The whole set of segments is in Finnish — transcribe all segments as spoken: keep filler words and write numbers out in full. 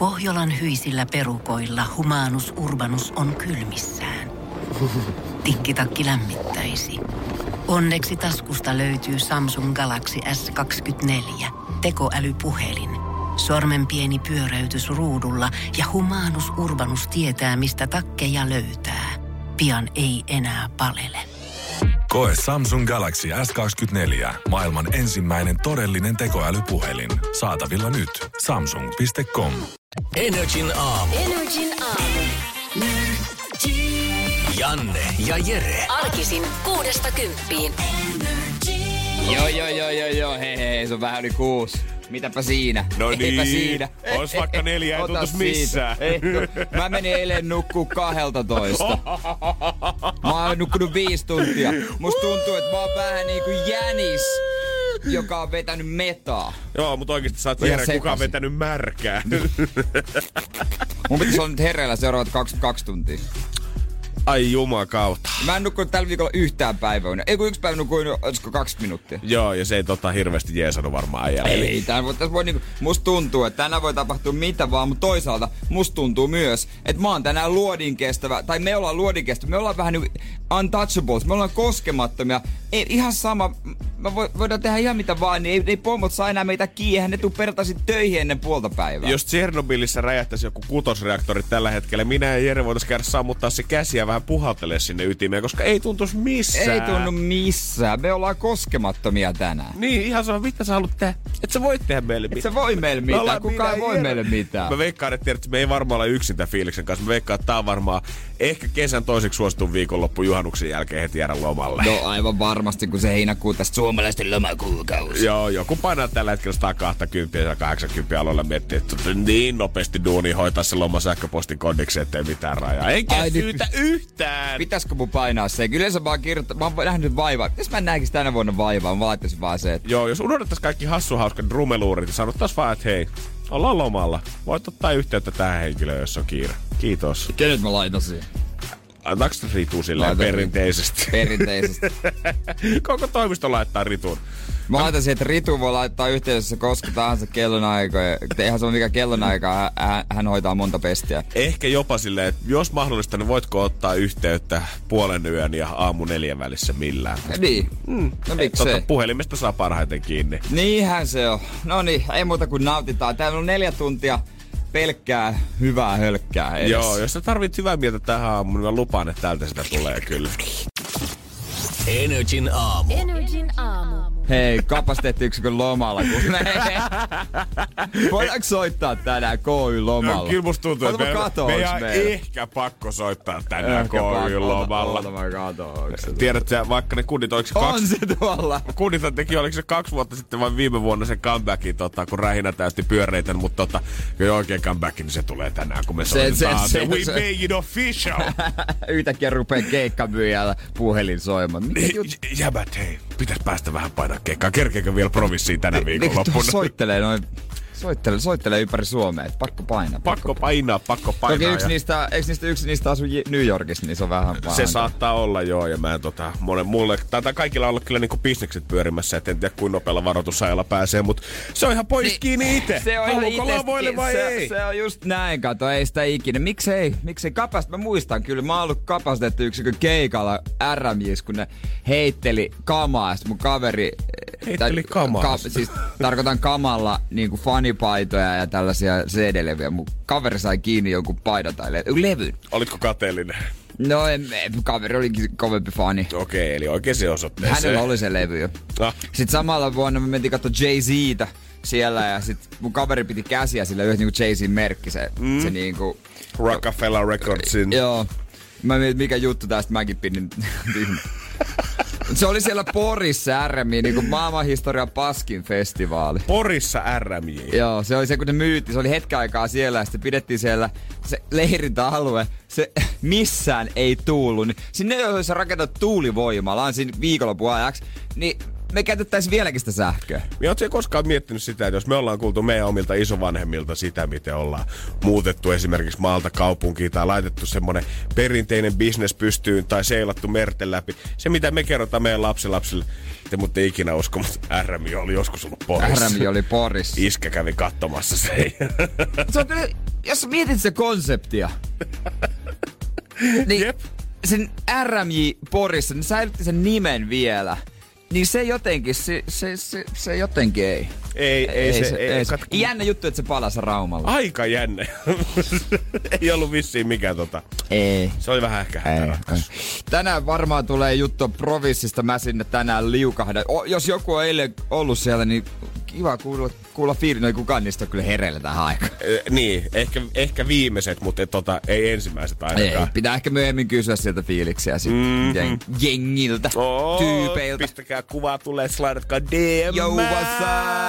Pohjolan hyisillä perukoilla Humanus Urbanus on kylmissään. Tikkitakki lämmittäisi. Onneksi taskusta löytyy Samsung Galaxy S kaksikymmentäneljä, tekoälypuhelin. Sormen pieni pyöräytys ruudulla ja Humanus Urbanus tietää, mistä takkeja löytää. Pian ei enää palele. Koe Samsung Galaxy S kaksikymmentäneljä, maailman ensimmäinen todellinen tekoälypuhelin. Saatavilla nyt. Samsung piste com. Energin aamu. Energin aamu. Janne ja Jere. Arkisin kuudesta kymppiin. Joo, joo, joo, joo, joo. Hei, hei, se on vähän yli kuusi. Mitäpä siinä? No Eipä niin. siinä. Ois vaikka neljä, ei Ota tuntus missään. Ei, mä menin eilen nukkuu kahdelta toista. Mä oon nukkunut viisi tuntia. Musta tuntuu, että mä oon vähän niinku jänis, joka on vetänyt metaa. Joo, mutta oikeesti sä oot Jere, kuka on vetänyt märkää. Mun pitäis olla nyt hereillä seuraavat kaksikymmentäkaksi tuntia. Ai jumakauta. Mä en nukkunut tällä viikolla yhtään päivää. Ei kun yksi päivä nukuin, olisiko kaksikymmentä minuuttia. Joo, ja se ei tota hirveästi jeesannut varmaan äijälle. Ei, tää voi, voi niinku, musta tuntuu, että tänään voi tapahtua mitä vaan, mutta toisaalta musta tuntuu myös, että mä oon tänään luodin kestävä, tai me ollaan luodin kestävä, me ollaan vähän niinku untouchables, me ollaan koskemattomia. Ei, ihan sama, me voidaan tehdä ihan mitä vaan, niin ei, ei pommot saa enää meitä kiinni, eihän ne tuu periaatteessa töihin ennen puolta päivää. Jos Tsernobylissä räjähtäisi joku kutosreaktori tällä hetkellä, minä ja Jere voitais käydä sammuttaa se käsiä vähän puhaltelee sinne ytimeen, koska ei tuntuisi missään. Ei tunnu missään. Me ollaan koskemattomia tänään. Niin, ihan sama, mitä sä haluat tehdä. Et sä voi tehdä meille mitään. Et sä voi meille mitään. Kukaan ei voi Jere. meille mitään. Mä veikkaan, että, tiedät, että me ei varmaan olla yksin tämän fiiliksen kanssa. Mä veikkaan, että tää on varmaan ehkä kesän toiseksi suositun viikonloppu juhannuksen jälkeen heti jäädä lomalle. No aivan varmasti, kun se heinäkuu tästä suomalaisten lomakuukausi. Joo, joku painaa tällä hetkellä sata kaksikymmentä ja kahdeksankymmentä aloilla miettii, että niin nopeasti duuni hoitaa se loma sähköpostin kodiksi, ettei mitään rajaa. Enkä Ai, syytä nyt yhtään. Pitäisikö mun painaa se? Kyllä se vaan kirjoittaa. Mä oon nähnyt vaivaa. Jos mä näkis tänä vuonna vaivaa, mä laittaisin vaan se, että... Joo, jos unohdettaisiin kaikki hassuhauskat rumeluurit ja sanottaisiin vaan, että hei, ollaan lomalla. Voit ottaa yhteyttä tähän henkilöön, jos on kiire. Kiitos. Kenet mä laitan Antaako Ritu silleen Laitan perinteisesti? Perinteisesti. Koko toimisto laittaa Ritun. Mä laitan että Ritu voi laittaa yhteydessä koska tahansa kellonaikoja. Eihän se ole mikä kellonaika, hän, hän hoitaa monta pestiä. Ehkä jopa silleen, että jos mahdollista, niin voitko ottaa yhteyttä puolen yön ja aamu neljän välissä millään? Niin. Mm. No miksei? Tota, puhelimesta saa parhaiten kiinni. Niinhän se on. No niin, ei muuta kuin nautitaan. Täällä on neljä tuntia pelkkää hyvää hölkkää edes. Joo, jos sä tarvit hyvää mieltä tähän aamuun, niin mä lupaan, että täältä sitä tulee kyllä. Energin aamu. Energin aamu. Hei, kapasiteettiyksikön lomalla, kun me... Voidaanko soittaa tänään K Y-lomalla? No, kyllä musta tuntuu, että me, meidän on ehkä pakko soittaa tänään K Y-lomalla. Oota, mä katon. Tiedätkö, vaikka ne kunnit, oliko se kaksi... On se tuolla. Kunnit teki, oliko se kaksi vuotta sitten vai viime vuonna sen comebackin, tota, kun Rähinä täytti pyöreitä, mutta tota, kun oikein comebackin, niin se tulee tänään, kun me soitetaan se. se, se, se We se, make it official! Yhtäkkiä rupee keikkamyyjällä puhelin soimaan. Jäbät, hei, pitäis päästä vähän painaa keikkaa. Kerkeekö vielä provinssiin tänä viikonloppuna? Soittelee noin. Soittelee, soittelee ympäri Suomea, että pakko painaa. Pakko, pakko painaa, pakko painaa. Toki yksi ja... niistä, eikö niistä yksi niistä asu New Yorkissa, niin se on vähän... Se vähän saattaa olla, joo, ja mä en tota, monen, mulle, taitaa kaikilla olla kyllä niinku bisnekset pyörimässä, et en tiedä kuinka nopealla varoitusajalla pääsee, mutta se on ihan pois niin, kiinni itse. Se on ihan Haluuko lavoille vai se, ei? Se on just näin, kato, ei sitä ikinä. Miksei, miksei kapast, mä muistan kyllä, mä oon ollut kapasiteettiyksikön keikalla R M J:s, kun ne heitteli kamaa, mun kaveri... Heitteli kamaa? Ka, siis tarkoitan kamalla niinku fanipaitoja ja tällaisia C D-levyjä. Mun kaveri sai kiinni jonkun paidan tai levy. levyn. Olitko kateellinen? No, en, kaveri olikin kovempi fani. Okei, okay, eli oikein se osoitteeseen. Hänellä oli se levy jo. Ah. Sitten samalla vuonna me mentiin katsoa Jay-Ztä siellä ja sit mun kaveri piti käsiä sillä yhdessä niinku Jay-Zin merkki. Se, mm. se niinku... Rockefeller Recordsin. Joo. Mä mietin, mikä juttu tästä mäkin pidin. Se oli siellä Porissa R M J, niin kuin maailmanhistorian paskin festivaali. Porissa R M J? Joo, se oli se kun ne myytti. Se oli hetken aikaa siellä ja sitten pidettiin siellä se leirintäalue. Se missään ei tuullut. Sinne olisi rakennettu tuulivoimala siinä viikonlopun ajaksi. Niin me käytettäisiin vieläkin sitä sähköä. Mä ootko koskaan miettinyt sitä, että jos me ollaan kuultu meidän omilta isovanhemmilta sitä, miten ollaan muutettu esimerkiksi maalta kaupunkiin tai laitettu semmonen perinteinen bisnes pystyyn tai seilattu merten läpi. Se, mitä me kerrotaan meidän lapsilapsille, te mutta ikinä usko, mutta R M J oli joskus ollut Porissa. R M J oli Porissa. Iskä kävi katsomassa se. Se on kyllä jos sä mietit se konseptia, niin Jep. sen R M J Porissa, niin säilytti sen nimen vielä. Niin se jotenkin, se, se, se, se jotenkin ei. Ei, ei, ei se, se, ei. ei se. Jännä juttu, että se palasi Raumalla. Aika jännä. Ei ollut vissiin mikään tota. Ei. Se oli vähän ehkä hätäratkaisu. Tänään varmaan tulee juttu Provinssista. Mä sinne tänään liukahdan. O, jos joku on eilen ollut siellä, niin kiva kuulla, kuulla fiili. No ei kukaan niistä kyllä hereillä tähän aikaan. E, niin, ehkä, ehkä viimeiset, mutta tota, ei ensimmäiset ainakaan. Ei, pitää ehkä myöhemmin kysyä sieltä fiiliksiä sit Mm-hmm. jeng, jengiltä, Oo, tyypeiltä. Pistäkää kuvaa, tulee, slaidatkaa D M. Yo, what's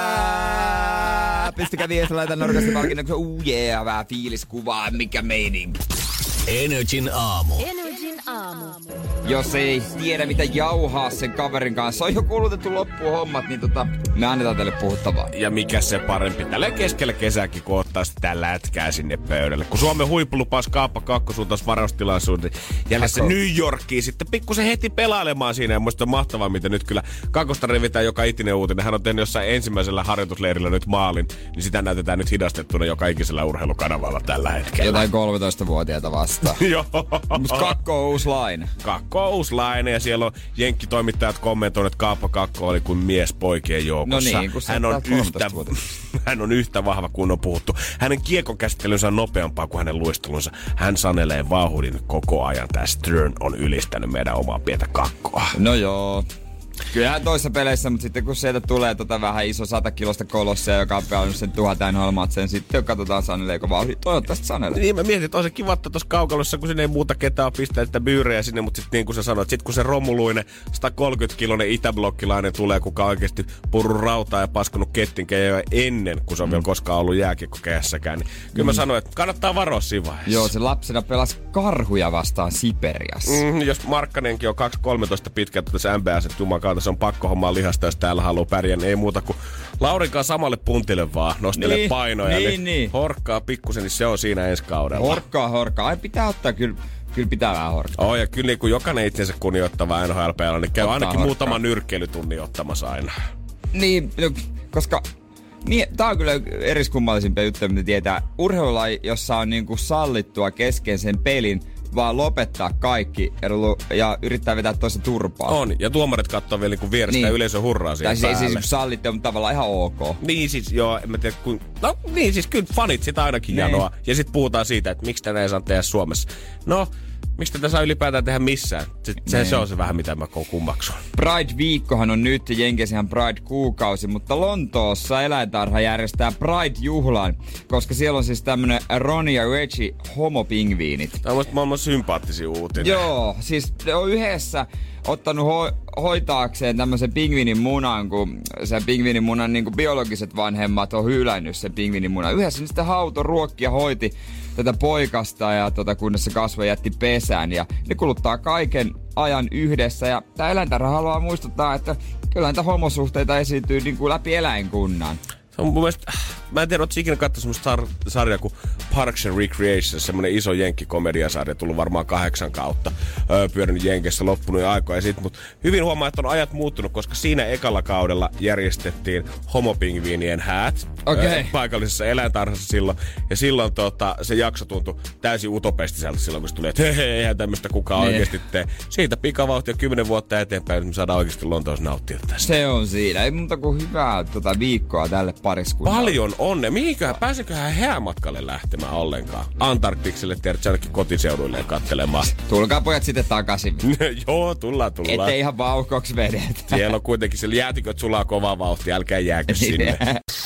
up? Pistäkää viestiä, laitan norkasti palkinnoksi. Uh yeah, vähän fiiliskuvaa, mikä meininki. Energin aamu. Energin aamu. Jos ei tiedä mitä jauhaa sen kaverin kanssa, on jo kulutettu loppuun hommat, niin tota, me annetaan teille puhuttavaa. Ja mikä se parempi tällä keskellä kesääkin, kun ottaa sitä lätkää sinne pöydälle. Kun Suomen huippu lupasi Kaappa kakkosuuntaisi varaustilaisuuden jäljessä New Yorkiin sitten pikkusen heti pelailemaan siinä. Ja musta on mahtavaa, mitä nyt kyllä kakkosta revitään joka itinen uutinen. Hän on tehnyt jossain ensimmäisellä harjoitusleirillä nyt maalin, niin sitä näytetään nyt hidastettuna joka ikisellä urheilukanavalla tällä hetkellä. Jotain kolmetoistavuotiaita vastaan. Joo. Mutta kakko on uusi laine. Kakko on uusi laine ja siellä on jenkkitoimittajat kommentoineet, että Kaappa Kakko oli kuin mies poikien joukossa. No niin, kun hän on, yhtä, hän on yhtä vahva kuin on puhuttu. Hänen kiekonkäsittelynsä on nopeampaa kuin hänen luistelunsa. Hän sanelee vauhdin koko ajan. Tämä Stern on ylistänyt meidän omaa pientä Kakkoa. No joo. Kyllähän toissa peleissä, mutta sitten kun sieltä tulee tota vähän iso satakilosta kolossia, joka on pelannut sen tuhatain holmaat sen, sitten katsotaan saneleeko vauhdit. Toivottavasti sanelee. Niin mä mietin, että on se kiva tuossa kaukalossa, kun sinne ei muuta ketään pistää sitä byyrejä sinne, mutta sitten niin kuin sä sanoit, sit kun se romuluinen sata kolmekymmentä kiloinen itäblokkilainen tulee, kuka on oikeasti purru rautaa ja paskunut kettinkejä jo ennen, kun se on mm. vielä koskaan ollut jääkiekkokehässäkään, niin kyllä mm. mä sanoin, että kannattaa varoa siinä vaiheessa. Joo, se lapsena pelasi karhuja vastaan Siperiassa. Mm, jos Markkanenkin on kaksi kolmetoista pitkältä tässä N B A-set jumakauta, se on pakko hommaa lihasta, jos täällä haluaa pärjää. Ei muuta kuin Laurinkaan samalle puntille vaan, nostelee niin, painoja. Niin, niin, niin. Horkkaa pikkusen, niin se on siinä ensi kaudella. Horkkaa, horkkaa. Ai pitää ottaa kyllä. Kyllä pitää vähän horkkaa. Oh, ja kyllä niin kuin jokainen itsensä kunnioittava N H L-pelaaja, niin käy ottaa ainakin horkkaa. muutama nyrkkeilytunnin ottamassa aina. Niin, no, koska niin, tää on kyllä eriskummallisimpia juttuja, mitä tietää. Urheilulaji, jossa on niinku sallittua kesken sen pelin, vaan lopettaa kaikki ja yrittää vetää toista turpaa. On, ja tuomarit katsoo vielä niinku vierestä niin. Ja yleisö hurraa siihen tai päälle. siis sallittu on tavallaan ihan ok. Niin siis, joo, en mä tiedä kun... No niin siis kyllä fanit sitä ainakin niin. janoa. Ja sit puhutaan siitä, että miksi tänä ei saa tehdä Suomessa. No, miksi tätä saa ylipäätään tehdä missään? Se, se, se on se vähän, mitä mä kummaksun. Pride-viikkohan on nyt ja Jenkesihän Pride-kuukausi, mutta Lontoossa eläintarha järjestää Pride-juhlan, koska siellä on siis tämmönen Ronnie ja Reggie homopingviinit. Tämä on maailman sympaattisia uutinen. Joo, siis ne on yhdessä ottanut ho- hoitaakseen tämmöisen pingviinin munan, kun sen pingviinin munan niin kuin biologiset vanhemmat on hylännyt sen pingviinin munan. Yhdessä niin sitten hauto ruokki ja hoiti tätä poikasta ja tota, kunnes se kasvoi jätti pesään. Ja ne kuluttaa kaiken ajan yhdessä. Ja tää eläintarha haluaa muistuttaa, että kyllä näitä homosuhteita esiintyy niin kuin läpi eläinkunnan. Se on mun mielestä, mä en tiedä, ootko ikinä katsoa semmoista sar- sarjaa kuin Parks and Recreation, semmonen iso jenkkikomediasarja, tullut varmaan kahdeksan kautta, öö, pyörinyt Jenkeissä loppunut aikoja sitten, mutta hyvin huomaa, että on ajat muuttunut, koska siinä ekalla kaudella järjestettiin homopingviinien häät okay. öö, paikallisessa eläintarhassa silloin, ja silloin tota, se jakso tuntui täysin utopistiselta silloin, kun se tuli, että hei, eihän tämmöistä kukaan ne. oikeasti tee. Siitä pikavauhtia kymmenen vuotta eteenpäin, että me saadaan oikeasti Lontoossa nauttia tästä. Se on siinä, ei muuta kuin hyvää tota, viikkoa tälle pariskunnalle. Paljon onne. Mihinköhän, pääseköhän häämatkalle lähtemään ollenkaan? Antarktikselle, tiedätkö, ainakin kotiseuduilleen kattelemaan. Tulkaa pojat sitten takaisin. Joo, tullaan, tullaan. Ettei ihan vauhkoksi vedet. Siellä on kuitenkin, siellä jäätiköt sulaa kovaa vauhtia, älkää jääkö sinne.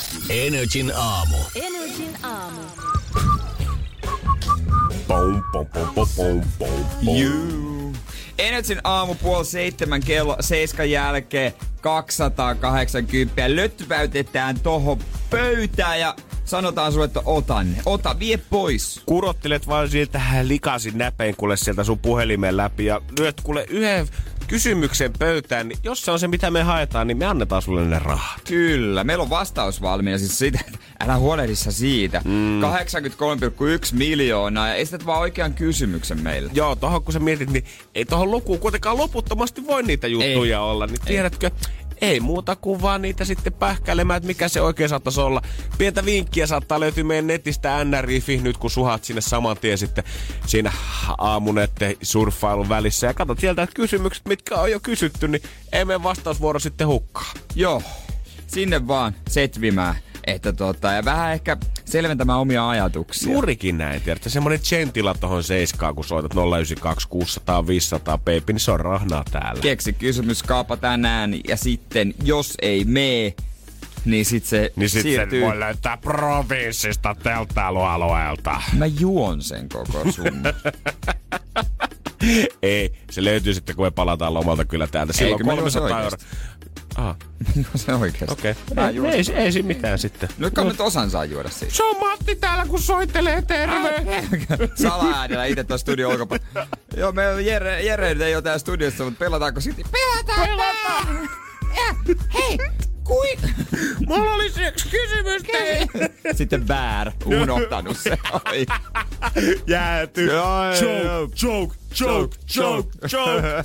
Energin aamu. Energin aamu. Pom, pom, pom, pom, pom, pom, pom. Juu. Energin aamu puoli seitsemän kello seiskan jälkeen kaksisataakahdeksankymmentä. Löttypäytetään tohon pöytään ja sanotaan sulle, että otan. Ota, vie pois. Kurottelet vaan sieltä likasin näpein kuule sieltä sun puhelimen läpi ja lyöt kuule yhden kysymyksen pöytään, niin jos se on se mitä me haetaan, niin me annetaan sulle ne rahat. Kyllä, meillä on vastaus valmiina siis siitä, älä huolehdissa siitä. Mm. kahdeksankymmentäkolme pilkku yksi miljoonaa ja esität vaan oikean kysymyksen meille. Joo, tohon kun sä mietit, niin ei tohon lukuun kuitenkaan loputtomasti voi niitä juttuja ei. olla, niin tiedätkö, ei muuta kuin vaan niitä sitten pähkäilemään, että mikä se oikein saattaisi olla. Pientä vinkkiä saattaa löytyä meidän netistä N R I piste F I nyt kun suhat sinne saman tien sitten siinä aamunette surffailun välissä. Ja katsot sieltä, että kysymykset, mitkä on jo kysytty, niin ei mene vastausvuoro sitten hukkaa. Joo, sinne vaan setvimään. Että tota, ja vähän ehkä selventämään omia ajatuksia. Juurikin näin, tiedätkö? Semmonen gentila tohon seiskaan, kun soitat nolla yhdeksän kaksi kuusi nolla nolla viisi nolla nolla baby, niin se on rahnaa täällä. Keksi kysymyskaapa tänään, ja sitten jos ei mee, niin sit se niin sit siirtyy. sen voi löytää provinssista telttailualueelta. Mä juon sen koko sun. Ei, se löytyy sitten, kun me palataan lomalta kyllä täältä. Silloin kolmesataa euroa. Aha. Se oikeesti. Okei. Okay. Ei, ei, ei siinä mitään sitten. Nyt kai nyt osan saa juoda siitä. Se on Matti täällä, kun soittelee, terve! Sala-äänellä itse tuossa studion ulkopuolella. Joo, meillä Jere, Jere ei ole täällä studiossa, mutta pelataanko sitten? Pelataan! Pelataan! Ja, hei! Kui? Mulla oli yksi kysymys teille. Sitten väär, unohtanut se. Oi. Jääty. Joke, joke, joke, joke, joke.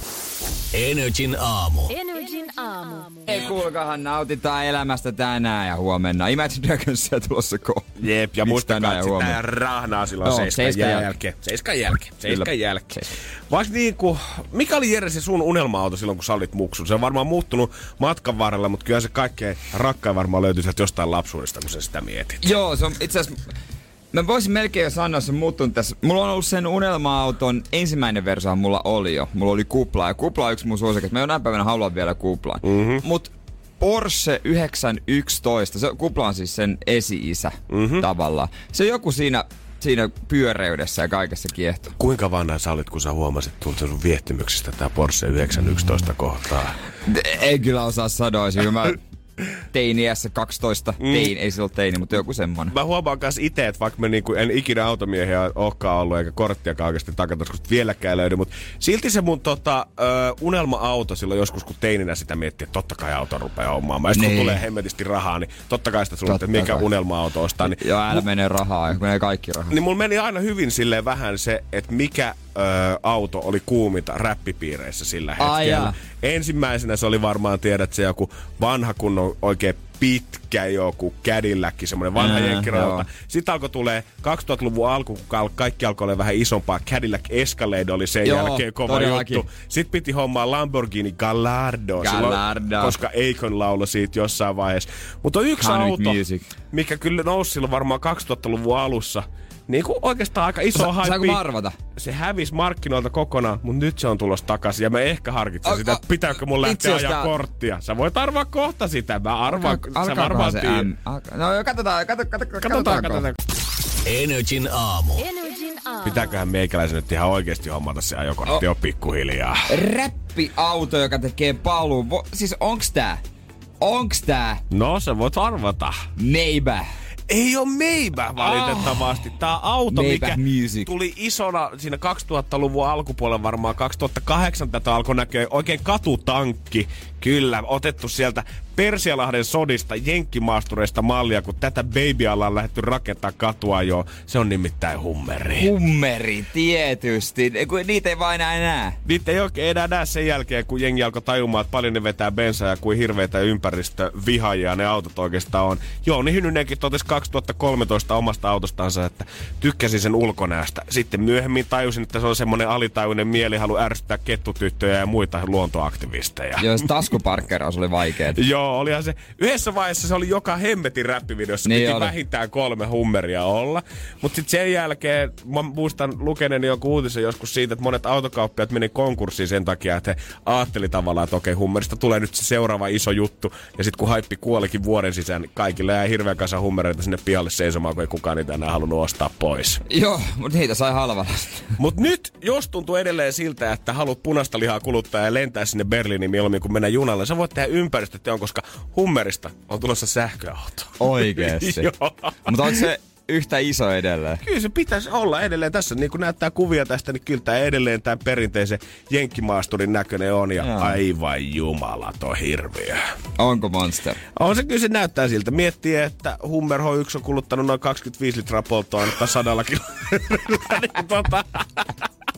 Energin aamu. Energin aamu. Ei kuulkahan, nautitaan elämästä tänään ja huomenna. Imagine Dragonsia tulossa ko. Jep, ja muistakaa, että sitä rahnaa silloin no, seiskan jälkeen. Seiskan jälkeen. Seiskan jälkeen. Vaikka niinku, mikä oli Jere se sun unelma-auto silloin, kun sä olit muksun? Se on varmaan muuttunut matkan varrella, mutta kyllä se kaikkein rakkain varmaan löytyy sieltä jostain lapsuudesta, kun sä sitä mietit. Joo, se on itse asiassa... Mä voisin melkein jo sanoa, että se on muuttunut tässä. Mulla on ollut sen unelma-auton ensimmäinen versio, mulla oli jo. Mulla oli kupla, ja kupla on yksi mun suosikki. Mä jonain päivänä haluan vielä kuplan. Mm-hmm. Mut Porsche yhdeksän yksitoista, se kupla on siis sen esi-isä mm-hmm. tavallaan. Se joku siinä, siinä pyöreydessä ja kaikessa kiehtoo. Kuinka vanha sä olit, kun sä huomasit tulta sun viehtymyksistä tää Porsche yhdeksän yksitoista kohtaa? Ei kyllä osaa sanoa, mä... teiniässä kaksitoista, mm. tein, ei se ole teini, mutta joku semmonen. Mä huomaan kans ite, että vaikka mä niinku en ikinä automiehiä olekaan ollut, eikä korttiakaan oikeasti takataskusta vieläkään löydy, mutta silti se mun tota, ö, unelma-auto silloin joskus, kun teininä sitä miettii, että totta kai auto rupeaa ommaamaan. Ja sit kun tulee hemmetisti rahaa, niin totta kai sitä sulle, että mikä unelma-auto ostaa. Niin, joo, älä menee rahaa, menee kaikki rahaa. Niin mulla meni aina hyvin silleen vähän se, että mikä Ö, auto oli kuuminta räppipiireissä sillä hetkellä. Ai ensimmäisenä se oli varmaan, tiedät, se joku vanha kunnon oikein pitkä joku Cadillac, semmoinen vanha mm, jenkkirauta. Sitten alkoi tulee kaksituhattaluvun alku, kun kaikki alkoi olla vähän isompaa. Cadillac Escalade oli sen joo, jälkeen kova todellakin. Juttu. Sitten piti hommaa Lamborghini Gallardo, Gallardo. Silloin, koska Akon lauloi siitä jossain vaiheessa. Mutta on yksi Country auto, music. Mikä kyllä nousi silloin varmaan kaksituhattaluvun alussa. Niin kuin oikeastaan aika iso Sa- haippi. Saanko mä arvata? Se hävisi markkinoilta kokonaan, mutta nyt se on tulossa takaisin. Ja mä ehkä harkitsen a, sitä, että pitääkö mun lähteä ajaa tää... korttia. Sä voit arvaa kohta sitä. Mä arvaan, Alka, sä varmaan tiedät. No katsotaan, katsotaan, katsotaan, katsotaan. Energin aamu. Energin aamu. Pitääköhän meikäläisen nyt ihan oikeesti hommata se ajokortti oh. jo pikkuhiljaa. Räppiauto, joka tekee paluun. Vo, siis onks tää? Onks tää? No, sä voit arvata. Maybach. Ei oo Maybach valitettavasti. Tää auto, Maybach mikä Music. tuli isona siinä kaksituhattaluvun alkupuolella varmaan kaksituhattakahdeksan tätä alkoi näkyä oikein katutankki. Kyllä, otettu sieltä Persialahden sodista, jenkkimaastureista mallia, kun tätä babyä ollaan lähdetty rakentaa katua jo. Se on nimittäin Hummeri. Hummeri, tietysti. Niitä ei vaan enää näe. Niitä ei oikein enää näe sen jälkeen, kun jengi alkoi tajumaan, että paljon ne vetää bensaa ja kuin hirveitä ympäristövihaajia ne autot oikeastaan on. Joo, niin Hynynenkin totesi kaksituhattakolmetoista omasta autostansa, että tykkäsin sen ulkonäöstä. Sitten myöhemmin tajusin, että se on semmoinen alitajuinen mielihalu ärsyttää kettutyttöjä ja muita luontoaktivisteja. Joo, taskuparkkeraus oli vaikeet. Joo, olihan se. Yhdessä vaiheessa se oli joka hemmetin räppivideossa. Niin piti oli. Vähintään kolme Hummeria olla. Mutta sitten sen jälkeen, mä muistan lukeneeni joku uutisen joskus siitä, että monet autokauppiaat meni konkurssiin sen takia, että he ajatteli tavallaan, että okei, Hummerista tulee nyt se seuraava iso juttu. Ja sitten kun haippi kuolikin vuoden sisään, niin kaikille jäi hirveän kanssa Hummereita sinne pihalle seisomaan, kun ei kukaan niitä enää halunnut ostaa pois. Joo, mutta niitä sai halvalla. Mut nyt, jos tuntuu edelleen siltä, että haluat punaista lihaa kuluttaa ja lentää sinne Berliiniin mieluummin kuin mennä junalle, sä voit tehdä ympäristöteon, koska Hummerista on tulossa sähköauto. Oikeesti? Joo. Mutta onko se yhtä iso edelleen? Kyllä se pitäisi olla edelleen. Tässä niin kun näyttää kuvia tästä, niin kyllä tämä edelleen tämän perinteisen jenkkimaasturin näköinen on. Ja Jaa. aivan jumalaton hirviö. Onko monster? On se, kyllä se näyttää siltä. Miettii, että Hummer H yksi on kuluttanut noin kaksikymmentäviisi litraa polttoainetta sadalla kilometrillä. tota...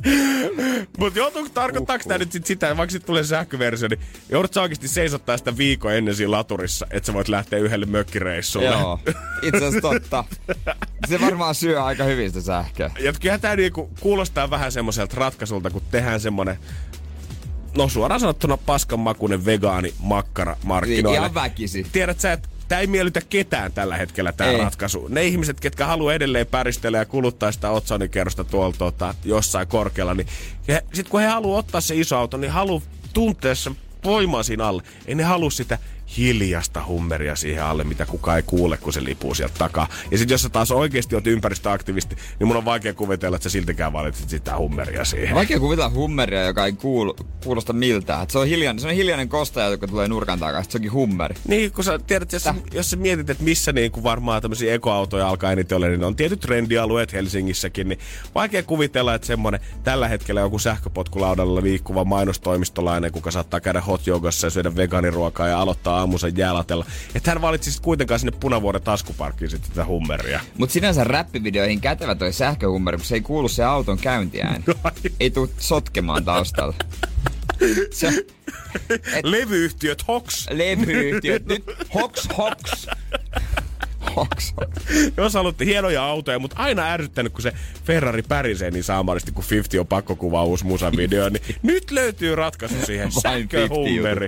Mut joutuuko, tarkoittaako tää nyt sit sitä, vaikka sit tulee sähköversio, niin joudut sä oikeesti seisottaa sitä viikon ennen siinä laturissa, että sä voit lähteä yhdelle mökkireissulle. Joo, itse asiassa totta. Se varmaan syö aika hyvin sitä sähköä. Ja kyllähän tää niinku kuulostaa vähän semmoiselta ratkaisulta, kun tehdään semmonen, no suoraan sanottuna paskanmakuinen vegaani makkara markkinoille. Ihan väkisi. Tiedät sä, että tää ei miellytä ketään tällä hetkellä tää ei. ratkaisu. Ne ihmiset, ketkä haluaa edelleen päristellä ja kuluttaa sitä otsonikerrosta tuolta tuota, jossain korkealla, niin sit kun he haluaa ottaa se iso auto, niin haluaa tuntea sen voimaa siinä alle. Ei ne halua sitä hiljasta hummeria siihen alle, mitä kukaan ei kuule, kun se lipuu sieltä takaa. Ja sit jos sä taas oikeesti oot ympäristöaktivisti, niin mun on vaikea kuvitella, että sä siltikään valitsit sitä hummeria siihen. Vaikea kuvitella hummeria, joka ei kuulu, kuulosta miltään. Et se on hiljainen, se on hiljainen kostaja, joka tulee nurkan takaa, sit se onkin hummeri. Niin, kun sä tiedät, jos, sä, jos sä mietit, että missä niin kuin varmaan tämmöisiä ekoautoja alkaa eniten olla, niin on tietyt trendialueet Helsingissäkin, niin vaikea kuvitella, että semmonen tällä hetkellä joku sähköpotkulaudalla liikkuva mainostoimistolainen, kuka saattaa käydä hot yogassa ja syödä vegaaniruokaa ja aloittaa aamunsa jäälatella. Että hän valitsi kuitenkaan sinne Punavuoren taskuparkkiin sitten tätä hummeria. Mut sinänsä räppivideoihin kätevä toi sähköhummeri, kun se ei kuulu se auton käyntiään. Ei tuu sotkemaan taustalla. Se, et, Levyyhtiöt hoks. Levyyhtiöt nyt hoks hoks. Hoks hoks. Jos haluatte hienoja autoja, mutta aina ärsyttänyt, kun se Ferrari pärisee niin saamaristi, kun viisikymmentä on pakko kuvaa uusi musan video, niin nyt löytyy ratkaisu siihen sähköhummeri.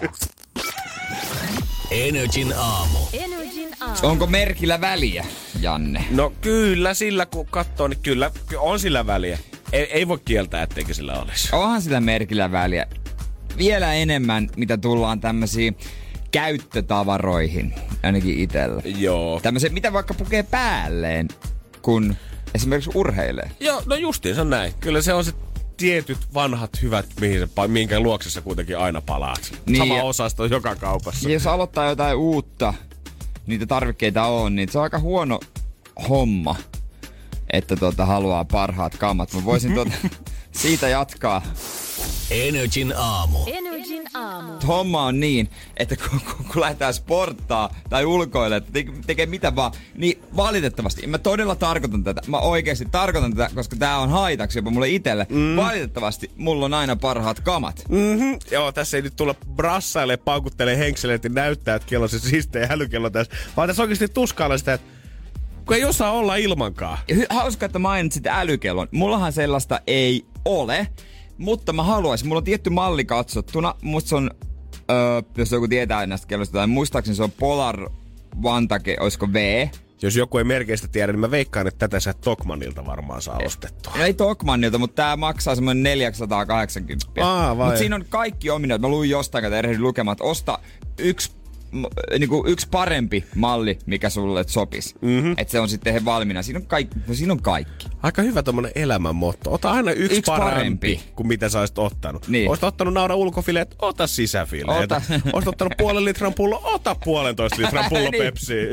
Energin aamu. Energin aamu. Onko merkillä väliä, Janne? No kyllä, sillä kun katsoo, niin kyllä on sillä väliä. Ei, ei voi kieltää, etteikö sillä olisi. Onhan sillä merkillä väliä. Vielä enemmän, mitä tullaan tämmöisiin käyttötavaroihin, ainakin itsellä. Joo. Tämmöisiä, mitä vaikka pukee päälleen, kun esimerkiksi urheilee. Joo, no justiinsa näin. Kyllä se on se tietyt vanhat hyvät, mihin se, minkä luoksessa kuitenkin aina palaat. Niin, Sama ja, osasto joka kaupassa. Ja jos aloittaa jotain uutta, niitä tarvikkeita on, niin se on aika huono homma, että tuota, haluaa parhaat kammat. Mä voisin tuota, siitä jatkaa. Energin aamu. Energin aamu. Homma on niin, että kun, kun, kun lähdetään sporttaa tai ulkoille, että te, tekee mitä vaan, niin valitettavasti, mä todella tarkoitan tätä, mä oikeasti tarkoitan tätä, koska tää on haitaksi jopa mulle itselle. Mm. Valitettavasti mulla on aina parhaat kamat. Mm-hmm. Joo, tässä ei nyt tulla brassaille, paukuttelee henkseleet ja näyttää, että kello on se siisteä älykello tässä, vaan tässä oikeasti tuskailla sitä, että kun ei osaa olla ilmankaan. Ja hauska, että mainitsit älykellon. Mullahan sellaista ei ole. Mutta mä haluaisin, mulla on tietty malli katsottuna, musta se on, öö, jos joku tietää näistä kelloista, tai muistaakseni se on Polar Vantage, olisiko V? Jos joku ei merkeistä tiedä, niin mä veikkaan, että tätä sä Tokmanilta varmaan saa ostettua. No ei Tokmanilta, mutta tää maksaa semmoinen neljäsataakahdeksankymmentä. Aa, vai? Mutta siinä on kaikki ominaisuudet. Mä luin jostain, että erehdin lukemaan, että osta yksi niinku yksi parempi malli, mikä sulle sopisi. Mm-hmm. Että se on sitten valmiina. Siinä on, kaik- no, siinä on kaikki. Aika hyvä tommonen elämänmotto. Ota aina yksi, yksi parempi, parempi kuin mitä sä olisit ottanut. Niin. Oisit ottanut naudan ulkofileet, ota sisäfileet. Ota. Oisit ottanut puolen litran pullo, ota puolentoista litran pullo niin. Pepsiä.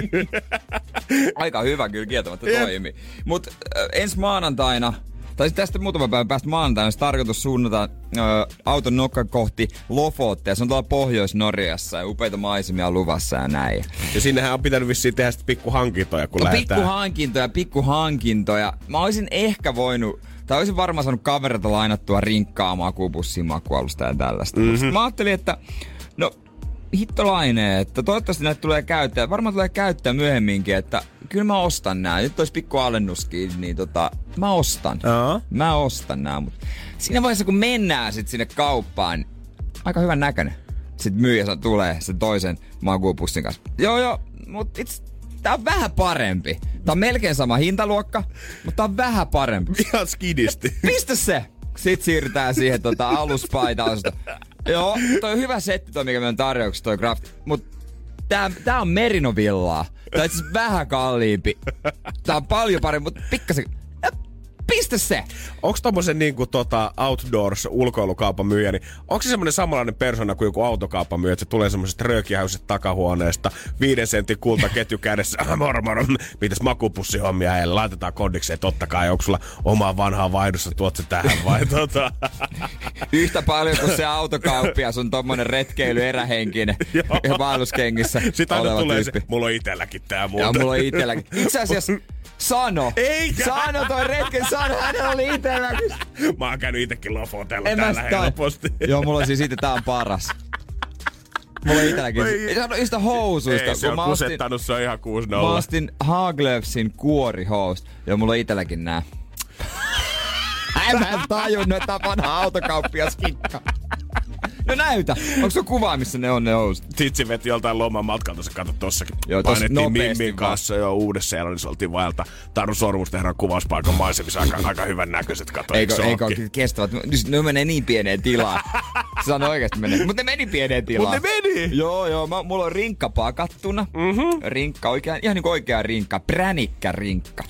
Aika hyvä kyllä, kieltämättä toimii. Mut äh, ensi maanantaina, tai tästä muutama päivän päästä maanantaina, olisi tarkoitus suunnata ö, auton nokka kohti Lofotea. Se on tuolla Pohjois-Norjassa ja upeita maisemia luvassa ja näin. Ja sinnehän on pitänyt vissiin tehdä sitten pikkuhankintoja, kun no, lähdetään. Pikkuhankintoja, pikkuhankintoja. Mä olisin ehkä voinut, tai olisin varmaan saanut kaverilta lainattua rinkkaa, makuupussia, makualusta ja tällaista. Mm-hmm. Mä ajattelin, että no hittolainen, että toivottavasti näitä tulee käyttää. Varmaan tulee käyttää myöhemminkin, että kyllä mä ostan nää. Nyt olisi pikku alennuskin, niin tota, mä ostan. Uh-huh. Mä ostan nää, mutta siinä vaiheessa kun mennään sit sinne kauppaan, niin aika hyvän näköinen. Sitten myyjä tulee sen toisen makuupussin kanssa. Joo joo, mutta itse tää on vähän parempi. Tää on melkein sama hintaluokka, mutta tää on vähän parempi. Ihan skidisti. Pistä se! Sitten siirrytään siihen tota aluspaitaan. Joo, toi on hyvä setti toi, mikä meidän tarjouksessa toi Crafty. Mut tää, tää on Merinovillaa. Tää on itse vähän kalliimpi. Tää on paljon parempi, mut pikkasen... Pistä se! Onks tommosen niinku tota outdoors ulkoilukaupan myyjä, niin onks se semmonen samanlainen persona kuin joku autokaupan myyjä, että se tulee semmosesta röökihäysestä takahuoneesta, viiden sentin kultaketju kädessä, moro moro, mitäs makupussihommia ja laitetaan kondikseen, totta kai, onko sulla omaa vanhaa vaihdossa, tuot se tähän vai tota? Yhtä paljon kuin se autokauppias on tommonen retkeily erähenkinen ja vaelluskengissä. Sitten aina tulee tyyppi. Se, mulla on itelläkin tää muuta. Ja mulla on itelläkin. Itse asiassa Sano. Eikä. Sano toi retken, sano. Hänellä oli itellä. Mä oon käynyt itekin lofotella En mä täällä sitä- helposti. Joo, mulla on siis itse, tää on paras. Mulla on itelläkin. Ei. Sano niistä housuista. Ei, se kun on mä ostin- kusettanut, se on ihan kuusi Mä nolla. ostin Haglöfsin kuorihoust. Joo, mulla on itelläkin nää. En mä en tajunnut, että tää on vanha autokauppias kikka. No näytä. Onko sun kuvaa, missä ne on ne housut? Titsi veti joltain loman matkalta, sä katsot tossakin. Joo, tossa Painettiin nopeasti Mimmin vaan. kanssa jo Uudessa-Seelannissa, oltiin vaelta Taru Sormustehdon kuvauspaikan maisemissa. Aika, aika hyvän näköiset, kato, Eikö, eikö eikö ookin? ole kestävät? Ne menee niin pieneen tilaan. Se sanoo oikeesti menee. Mutta ne meni pieneen tilaan. Mut ne meni? Joo, joo. Mä, mulla on rinkka pakattuna. Mm-hmm. Rinkka, oikein, ihan niinku oikea rinkka. Pränikkä rinkka.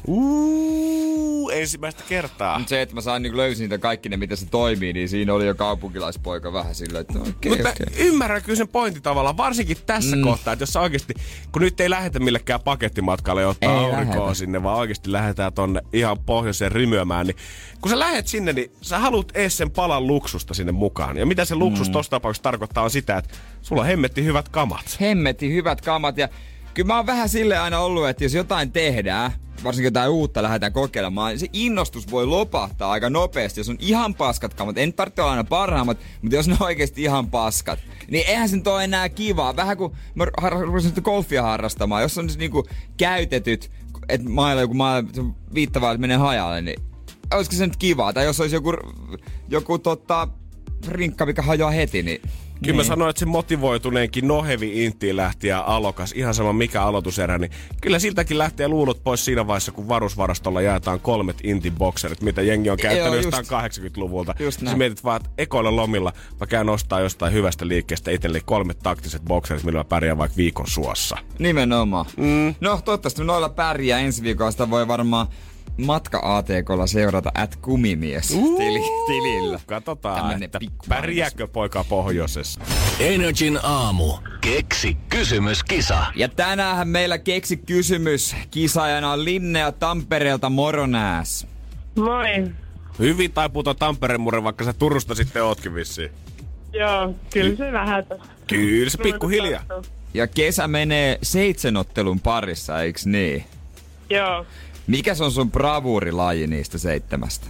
Uuu, ensimmäistä kertaa. Mut se, että mä saan niinku löysin niitä kaikki ne, miten se toimii, niin siinä oli jo kaupunkilaispoika vähän silleen, että okei, okay, Mutta okei. okay. ymmärrän kyllä sen pointin tavallaan, varsinkin tässä mm. kohtaa, että jos sä oikeesti, kun nyt ei lähetä millekään pakettimatkalle ottaa Ei aurinkoa lähetä. sinne, vaan oikeesti lähdetään tonne ihan pohjoiseen rymyämään, niin kun sä lähet sinne, niin sä haluat ees sen palan luksusta sinne mukaan. Ja mitä se luksus mm. tossa tapauksessa tarkoittaa on sitä, että sulla on hemmetti hyvät kamat. Hemmetti hyvät kamat ja kyllä mä oon vähän silleen aina ollut, että jos jotain tehdään, varsinkin jotain uutta lähdetään kokeilemaan, niin se innostus voi lopahtaa aika nopeasti, jos on ihan paskat kamat. En tarvitse olla aina parhaimmat, mutta jos ne on oikeesti ihan paskat, niin eihän se nyt ole enää kivaa. Vähän kuin mä rupesin golfia harrastamaan, jos on siis niinku käytetyt, että mailla joku mailla viittavaa, että menee hajalle, niin olisiko se nyt kivaa? Tai jos olisi joku, joku tota, rinkka, mikä hajoaa heti, niin... Kyllä mä niin. sanoin, että se motivoituneenkin nohevi intiin lähti ja alokas, ihan sama mikä aloituserä, niin kyllä siltäkin lähtee luulot pois siinä vaiheessa, kun varusvarastolla jaetaan kolmet intin bokserit, mitä jengi on käyttänyt Joo, just. jostain kahdeksankymmentäluvulta. Just Sä näin. mietit vaan, että ekoilla lomilla mä käyn ostaa jostain hyvästä liikkeestä itselleni kolmet taktiset bokserit, millä mä pärjään vaikka viikon suossa. Nimenomaan. Mm. No toivottavasti noilla pärjää ensi viikolla. Sitä voi varmaan matka-A T K:lla seurata at kumimies tili, tilillä. Katsotaan, Tämmönen että pikku pärjääkö poika pohjoisessa. Energin aamu. Keksi kysymyskisa. Ja tänäänhän meillä keksi kysymys. Kisaajana on Linnea Tampereelta, moronääs. Moi. Hyvin taipuuta Tampereen murre, vaikka sä Turusta sitten ootkin vissiin. Joo, kyllä se vähän tässä. Kyllä se pikkuhiljaa. Ja kesä menee seitsemänottelun parissa, eiks niin? Joo. Mikäs on sun bravuurilaji niistä seitsemästä?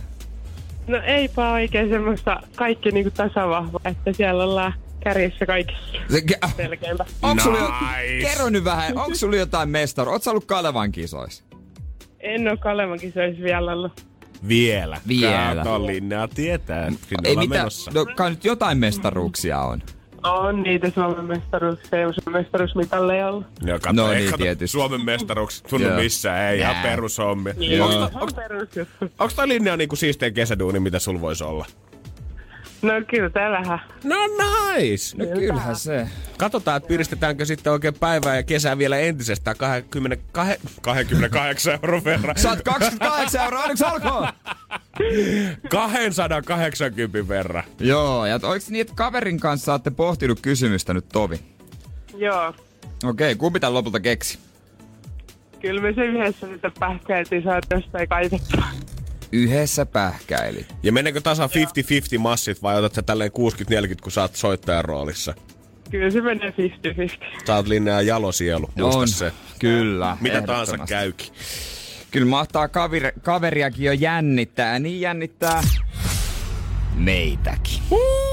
No eipä oikein semmoista kaikki niinku tasavahva, että siellä ollaan kärjessä kaikissa Se, selkeämpä. onks sulla jo, Nice. kerro nyt vähän, onko sulla jotain mestaru? Oot sä ollut Kalevan kisoissa? En oo Kalevan kisoissa vielä ollut. Vielä. Vielä. Kato, Linnea tietää, että sinne Ei ollaan mitään, menossa. no kai nyt jotain mestaruuksia on. On niitä Suomen mestaruuksia ja Suomen mestaruusmitalleja ollut. Joo, kato, No ei, niin, kato, tietysti. Suomen mestaruksi tunnu Joo. missään, ei ihan Nää. perushommia. Joo. Onks, onks, On perusjuttu. onks toi Linnea niinku siistein kesäduuni, mitä sul vois olla? No kyllä tää vähän. No nice! No kyllähän se. Katsotaan, että piristetäänkö sitten oikein päivää ja kesää vielä entisestään kaksikymmentäkahdeksan, kaksikymmentäkahdeksan euron verran. Saat kaksikymmentäkahdeksan euroa, onneksi olkoon! kaksisataakahdeksankymmentä verran. Joo, ja oiks niin, että kaverin kanssa saatte pohtinut kysymystä nyt tovi? Joo. Okei, kumpi tän lopulta keksi? Kyllä me se yhdessä sitten pähkäiltiin, saat jostain kaivettua. Yhdessä pähkäili. Ja meneekö tasan viisikymmentä viisikymmentä massit vai otat sä tälleen kuusikymmentä neljäkymmentä, kun sä oot soittajan roolissa? Kyllä se menee viisikymmentä viisikymmentä. Sä oot Linnea jalosielu, muista On. se. Kyllä. Mitä tahansa ehdottomasti. käykin. Kyllä mahtaa kaveri, kaveriakin jo jännittää, ja niin jännittää meitäkin.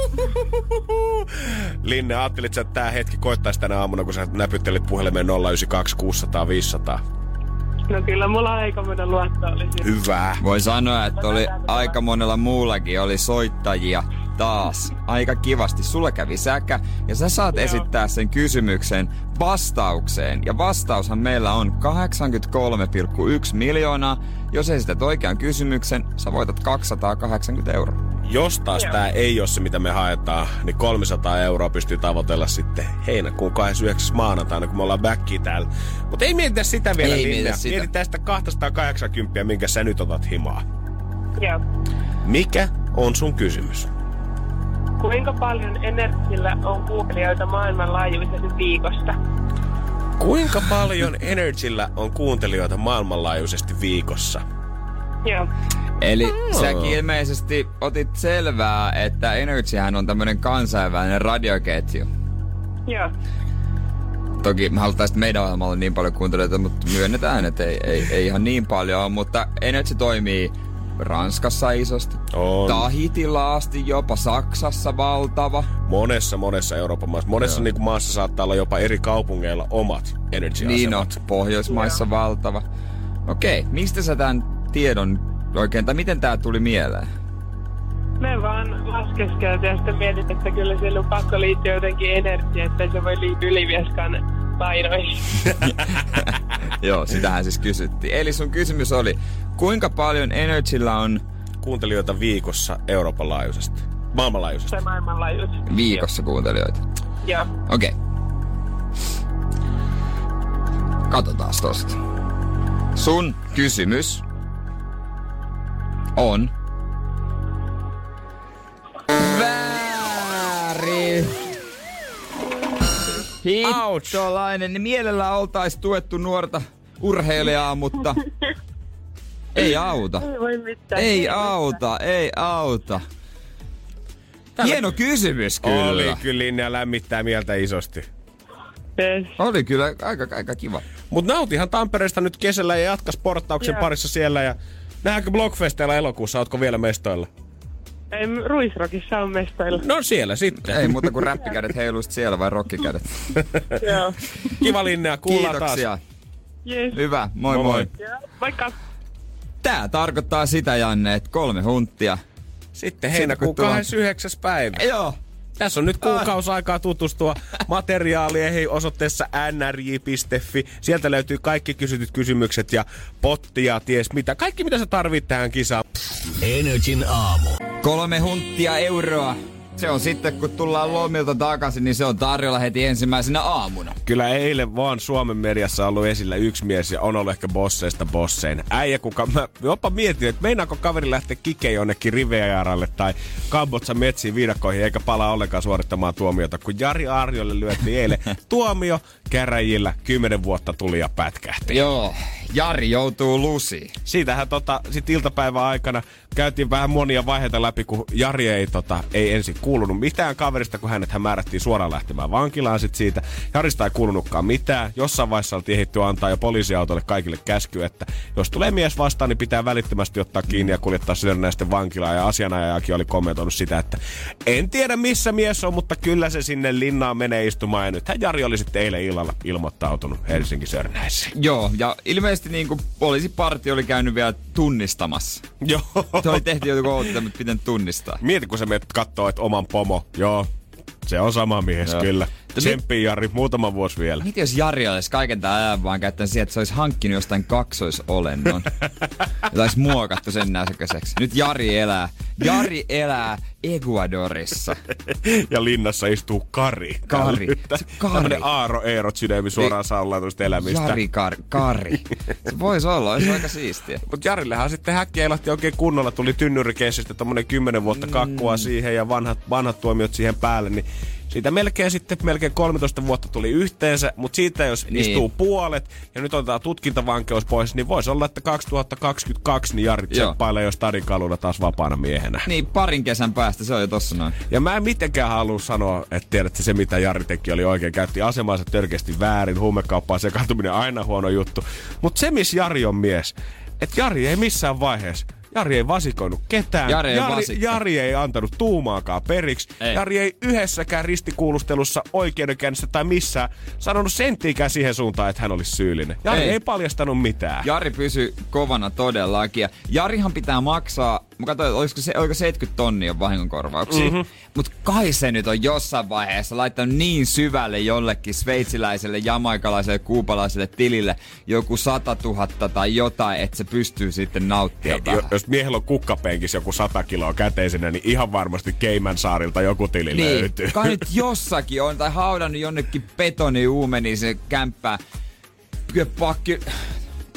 Linne, ajattelit sä, että tää hetki koittaisi tänä aamuna, kun sä näpyttelit puhelimeen nolla yhdeksän kaksi kuusi nolla nolla viisi nolla nolla? No kyllä mulla aika monen luotto oli siinä. Hyvä. Voi sanoa, että oli aika monella muullakin oli soittajia taas. Aika kivasti. Sulla kävi säkä ja sä saat Joo. esittää sen kysymyksen vastaukseen. Ja vastaushan meillä on kahdeksankymmentäkolme pilkku yksi miljoonaa. Jos esität oikean kysymyksen, sä voitat kaksisataakahdeksankymmentä euroa. Jos taas Joo. tää ei ole se, mitä me haetaan, niin kolmesataa euroa pystyy tavoitella sitten heinäkuun kahdeskymmenesyhdeksäs maanantaina, kun me ollaan backia täällä. Mutta ei mietitä sitä vielä, Ei Linnea. mietitä sitä. Mietitään sitä kaksisataakahdeksankymmentä, minkä sä nyt otat himaa. Joo. Mikä on sun kysymys? Kuinka paljon Energillä on kuuntelijoita maailmanlaajuisesti viikosta? Kuinka paljon Energyllä on kuuntelijoita maailmanlaajuisesti viikossa? Joo. Eli Oh. säkin ilmeisesti otit selvää, että Energyhän on tämmönen kansainvälinen radioketju. Joo. Toki me halutaan, että meidän ohjelmalla on niin paljon kuuntelijoita, mutta myönnetään, että ei, ei, ei ihan niin paljon. Mutta Energy toimii Ranskassa isosti. On. Tahitilla asti jopa, Saksassa valtava. Monessa, monessa Euroopan maassa. Monessa niin maassa saattaa olla jopa eri kaupungeilla omat Energy-asemat. Niin on, Pohjoismaissa Joo. valtava. Okei, mistä sä tämän tiedon oikein, tai miten tää tuli mieleen? Me vaan laskeskeltiin ja sitten mietin, että kyllä siellä on pakko liittyä jotenkin Energy, että se voi liittyä Ylivieskan painoihin. Joo, sitähän siis kysyttiin. Eli sun kysymys oli, kuinka paljon Energyllä on kuuntelijoita viikossa Euroopan laajuisesti? Maailmanlaajuisesti? Se maailmanlaajuisesti. Viikossa kuuntelijoita? Joo. Okei. Okay. Katsotaan tosta. Sun kysymys on väärin. Hittolainen. Niin mielellään oltais tuettu nuorta urheilijaa, mutta ei auta. Ei voi mitään. Ei auta, ei auta. Tällä... Hieno kysymys kyllä. Oli kyllä, Linnea lämmittää mieltä isosti. Yes. Oli kyllä aika, aika kiva. Mut nautihan Tampereesta nyt kesällä ja jatka sporttauksen yeah. parissa siellä. Ja nähdäänkö Blockfesteilla elokuussa? Ootko vielä mestoilla? Ei, Ruisrockissa on mestoilla. No siellä sitten. Ei muuta kuin räppikädet heiluisit siellä vai rockikädet. Joo. Kiva Linnea, kuullaan Kiitoksia. Taas. Yes. Hyvä, moi moi. moi. Joo, moikka. Tää tarkoittaa sitä, Janne, että kolme hunttia. Sitten heinäkuun kahdeskymmenesyhdeksäs päivä. Joo. Tässä on nyt kuukausi aikaa tutustua materiaaleihin osoitteessa n r j piste f i. Sieltä löytyy kaikki kysytyt kysymykset ja pottia, ties mitä. Kaikki mitä sä tarvit tähän kisaan. Energin aamu. Kolme hunttia euroa. Se on sitten, kun tullaan lomilta takaisin, niin se on tarjolla heti ensimmäisenä aamuna. Kyllä eilen vaan Suomen mediassa on ollut esillä yksi mies ja on ollut ehkä bosseista bossein. Äijä, kuka mä jopa mietin, että meinaako kaveri lähteä kikeen jonnekin Rivieralle tai Kambodsan metsiin viidakkoihin eikä palaa ollenkaan suorittamaan tuomiota, kun Jari Arjolle lyötiin eilen tuomio käräjillä. Kymmenen vuotta tuli ja pätkähti. Joo, Jari joutuu lusiin. Siitähän tota, sit iltapäivän aikana käytiin vähän monia vaiheita läpi, kun Jari ei, tota, ei ensin kuulunut mitään kaverista, kun hänet hän määrättiin suoraan lähtemään vankilaan sit siitä. Jarista ei kuulunutkaan mitään. Jossain vaiheessa oltiin ehditty antaa jo poliisiautolle kaikille käsky, että jos tulee mies vastaan, niin pitää välittömästi ottaa kiinni ja kuljettaa Sydännäisten vankilaan. Ja asianajajakin oli kommentoinut sitä, että en tiedä missä mies on, mutta kyllä se sinne linnaan menee istumaan. Ja nythän Jari oli sitten eilen illalla ilmoittautunut Helsinki-Sörnäisiin. Joo, ja ilmeisesti niin kuin poliisipartio oli käynyt vielä tunnistamassa. Joo. Se oli tehty joku outoa, mutta miten tunnistaa. Mieti, kun sä menet kattoo, että oman pomo, joo, se on sama mies, joo. Kyllä. Tsemppii Jari, muutama vuosi vielä. Miten jos Jari olisi kaiken tämän ajan vaan käyttänyt siihen, että se olisi hankkinut jostain kaksoisolennon? Ja olisi muokattu sen näköiseksi. Nyt Jari elää. Jari elää Ecuadorissa. Ja linnassa istuu Kari. Kari. Kari. Aaro Eerot sydämi suoraan saunlatuista elämistä. Jari Kar- Kari. Se voisi olla, olisi aika siistiä. Mut Jarillehan sitten häkkiä elahti oikein kunnolla. Tuli tynnyrikeissistä tommonen kymmenen vuotta kakkua mm. siihen ja vanhat, vanhat tuomiot siihen päälle. Niin siitä melkein sitten melkein kolmetoista vuotta tuli yhteensä, mutta siitä jos niin istuu puolet ja nyt otetaan tutkintavankeus pois, niin voisi olla, että kaksituhattakaksikymmentäkaksi niin Jari tseppailee jo stadikalulla taas vapaana miehenä. Niin, parin kesän päästä, se on jo tossa noin. Ja mä en mitenkään halua sanoa, että tiedätte se mitä Jari teki oli oikein. Käytti asemaansa törkeästi väärin, huumekauppaan sekaantuminen aina huono juttu. Mutta se missä Jari on mies, että Jari ei missään vaiheessa Jari ei vasikoinut ketään. Jari ei, Jari, Jari ei antanut tuumaakaan periksi. Ei. Jari ei yhdessäkään ristikuulustelussa, oikeudenkäynnissä tai missään sanonut senttiikään siihen suuntaan, että hän olisi syyllinen. Jari ei, ei paljastanut mitään. Jari pysyi kovana todellakin. Ja Jarihan pitää maksaa, mä katsoin, olisiko se, oliko seitsemänkymmentä tonnia vahingonkorvauksia. Mm-hmm. Mutta kai se nyt on jossain vaiheessa laittanut niin syvälle jollekin sveitsiläiselle, jamaikalaiselle, kuupalaiselle tilille joku satatuhatta tai jotain, että se pystyy sitten nauttimaan vähän. Jos miehellä on kukkapenkissä joku sata kiloa käteisenä, niin ihan varmasti Caymansaarilta joku tili niin, löytyy. Kai nyt jossakin on, tai haudannut jonnekin betoniuumeniin se kämppää. Kyllä pakki...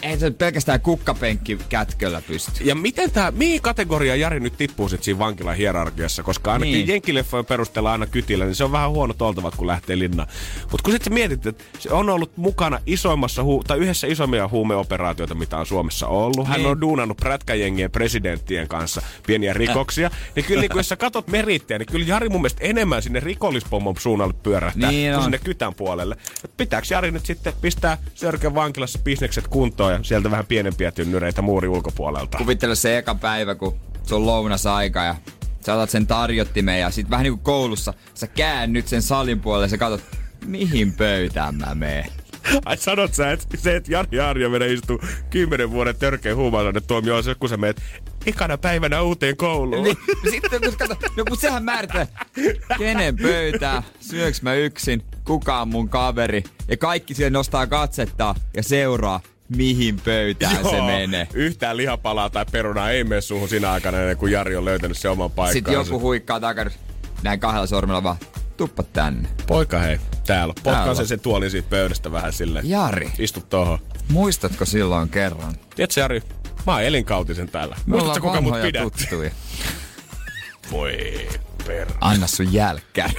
Ei se pelkästään kukkapenkki kätköllä pysty. Ja miten tää, mihin kategoriaan Jari nyt tippuu sit siinä vankilan hierarkiassa? Koska ainakin niin. jenkkileffojen perusteella aina kytillä, niin se on vähän huonot oltavat, kun lähtee linnaan. Mut kun sit sä mietit, että se on ollut mukana isoimmassa, hu- tai yhdessä isommia huumeoperaatioita, mitä on Suomessa ollut. Hän niin. on duunannut prätkäjengien presidenttien kanssa pieniä rikoksia. Äh. Niin kyllä niin kun jos sä katot merittäjä, niin kyllä Jari mun mielestä enemmän sinne rikollispommon suunnalle pyörähtää niin kuin sinne kytän puolelle. Et pitääks Jari nyt sitten pistää Sörkön vankilassa bisnekset kuntoon ja sieltä vähän pienempiä tynnyreitä muuri ulkopuolelta? Kuvittele se eka päivä, kun se on lounasaika ja sä otat sen tarjottimeen ja sit vähän niin kuin koulussa sä käännyt sen salin puolelle ja sä katsot, mihin pöytään mä meen. Ai sanot sä, että se, että Jari Arjaminen istuu kymmenen vuoden törkeä huumausaine tuomio on se, kun sä meet ekana päivänä uuteen kouluun. Niin, sitten kun kato, no kun sehän määrittää, kenen pöytää, syöks mä yksin, kuka on mun kaveri. Ja kaikki siellä nostaa katsetta ja seuraa, mihin pöytään Joo, se menee. Yhtään lihapalaa tai perunaa ei mene suuhun sinä aikana ennen kuin Jari on löytänyt sen oman paikkansa. Sitten joku huikkaa takana, näin kahdella sormella vaan, tuppa tänne. Poika hei, täällä. Potkaan sen on. sen tuolin siitä pöydästä vähän silleen. Jari, Istu tohon. muistatko silloin kerran? Tiedätkö Jari, mä oon elinkautisen täällä. Me Muistatko kuka mut vanhoja pidät? tuttuja. Voi perä. Anna sun jälkkäri.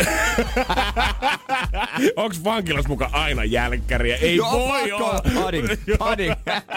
Onks vankilas muka aina jälkkäriä? Ei No, voi pakko. olla. Pading, pading.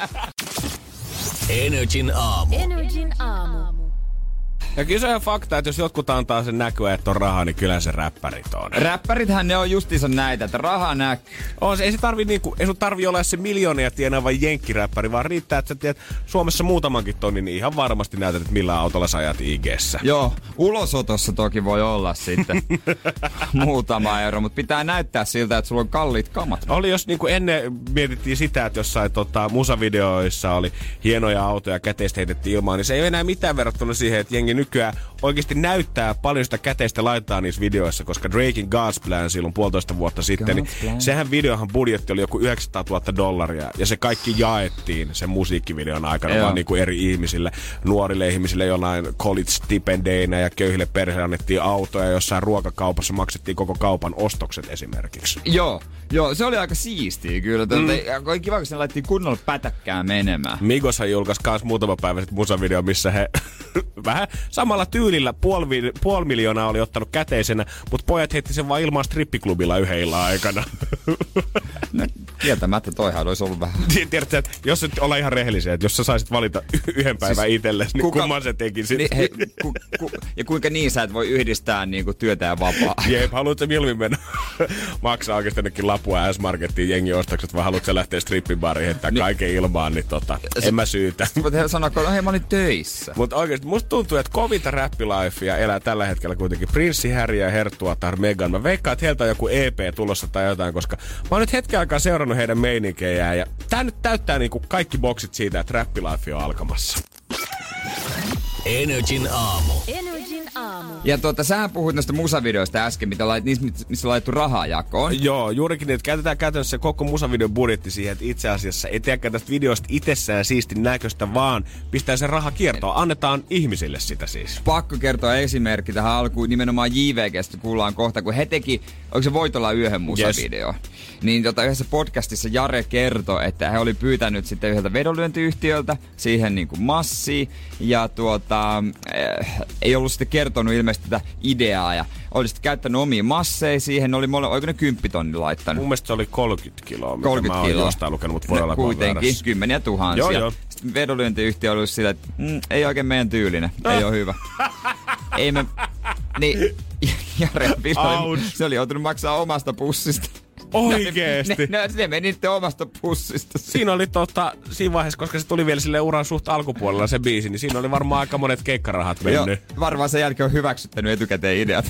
Energin aamu. Energin aamu. Ja kyllä se on fakta, että jos jotkut antaa sen näkyä, että on rahaa, niin kyllä se räppärit on. Räppärithän ne on justiinsa näitä, että raha näkyy. On se, ei se tarvi niinku, ei sun tarvi olla se miljoonia tienaava jenkkiräppäri, vaan riittää, että sä tiedät Suomessa muutamankin tonni, niin ihan varmasti näytät, että millä autolla sä ajat I G:ssä. Joo, ulosotossa toki voi olla sitten muutama euro, mutta pitää näyttää siltä, että sulla on kalliit kamat. Oli jos niinku ennen mietittiin sitä, että jossain tota, musavideoissa oli hienoja autoja, käteistä heitettiin ilmaan, niin se ei ole enää mitään verrattuna siihen, että jengi nykyään oikeasti näyttää paljon sitä käteistä laittaa niissä videoissa, koska Drakein God's Plan silloin puolitoista vuotta sitten, niin sehän videohan budjetti oli joku yhdeksänsataatuhatta dollaria ja se kaikki jaettiin sen musiikkivideon aikana Joo. vaan niinku eri ihmisille, nuorille ihmisille jollain college-stipendeinä ja köyhille perheille annettiin autoja, jossain ruokakaupassa maksettiin koko kaupan ostokset esimerkiksi. Joo, joo, se oli aika siistiä kyllä. Mm. Oli kiva, kun se laitettiin kunnolla pätäkkää menemään. Migoshan julkaisi kans muutama päivä sitten musavideo, missä he vähän samalla tyylillä puoli, puoli miljoonaa oli ottanut käteisenä, mutta pojat heitti sen vaan ilmaan strippiklubilla yhden illan aikana. No, kieltämättä toihan olisi ollut vähän. Tiedätkö, että jos nyt ollaan ihan rehellisiä, että jos sä saisit valita yhden päivän siis itsellesi, niin kuka, kumman sä tekisit? Niin, hei, ku, ku, ja kuinka niin sä et voi yhdistää niinku työtä ja vapaa? Jep, haluatko sä mieluummin mennä maksaa oikeasti jonnekin lapua S-Markettiin jengi ostokset, vai haluatko sä lähteä strippibaariin heittää niin, kaiken ilmaan, niin tota, en mä syytä. Mutta sanoa, että hei mä olin töissä. Mutta oikeesti musta tuntuu, että kovinta räppilifea elää tällä hetkellä kuitenkin Prinssi, Harry ja Herttuatar Meghan. Mä veikkaan, että heiltä on joku E P tulossa tai jotain, koska mä oon nyt hetken aikaa seurannut heidän meininkejään ja tää nyt täyttää niinku kaikki boksit siitä, että räppilife on alkamassa. Energin aamu. Energin aamu. Ja tuota, sähän puhuit näistä musavideoista äsken, mitä lait, niistä, missä on laitettu rahaa jakoon. Joo, juurikin niin, että käytetään käytännössä koko musavideon budjetti siihen, että itse asiassa ei teekään tästä videosta itsessään siistin näköistä, vaan pistää sen raha kiertoon. Annetaan ihmisille sitä siis. Pakko kertoa esimerkki tähän alkuun, nimenomaan J V G:stä kuullaan kohta, kun he teki, onko se Voitolla yhden musavideo? Yes. Niin tota, yhdessä podcastissa Jare kertoi, että he oli pyytänyt sitten yhdeltä vedonlyöntiyhtiöltä siihen niin kuin massia, ja tuota, äh, ei ollut sitten kertonut ilmeisesti tätä ideaa, ja oli sitten käyttänyt omia masseja siihen, ne oli mole, oliko ne kymppitonni laittanut? Mun mielestä se oli kolmekymmentä kiloa, mitä kolmekymmentä mä oon kiloa. jostain lukenut, mutta voi no, olla kuitenkin, kymmeniä tuhansia. Joo, joo. Sitten vedonlyöntiyhtiö oli sillä, että mm, ei oikein meidän tyylinen, ei ole hyvä. Ei me... Niin, Jare Vilhelm, se oli joutunut maksaa omasta pussista. Oikeesti? Ne, ne, ne meni sitten omasta pussista. Siinä oli tota, siinä vaiheessa, koska se tuli vielä sille uran suht alkupuolella se biisi, niin siinä oli varmaan aika monet keikkarahat mennyt. Joo, varmaan sen jälkeen on hyväksyttänyt etukäteen ideat.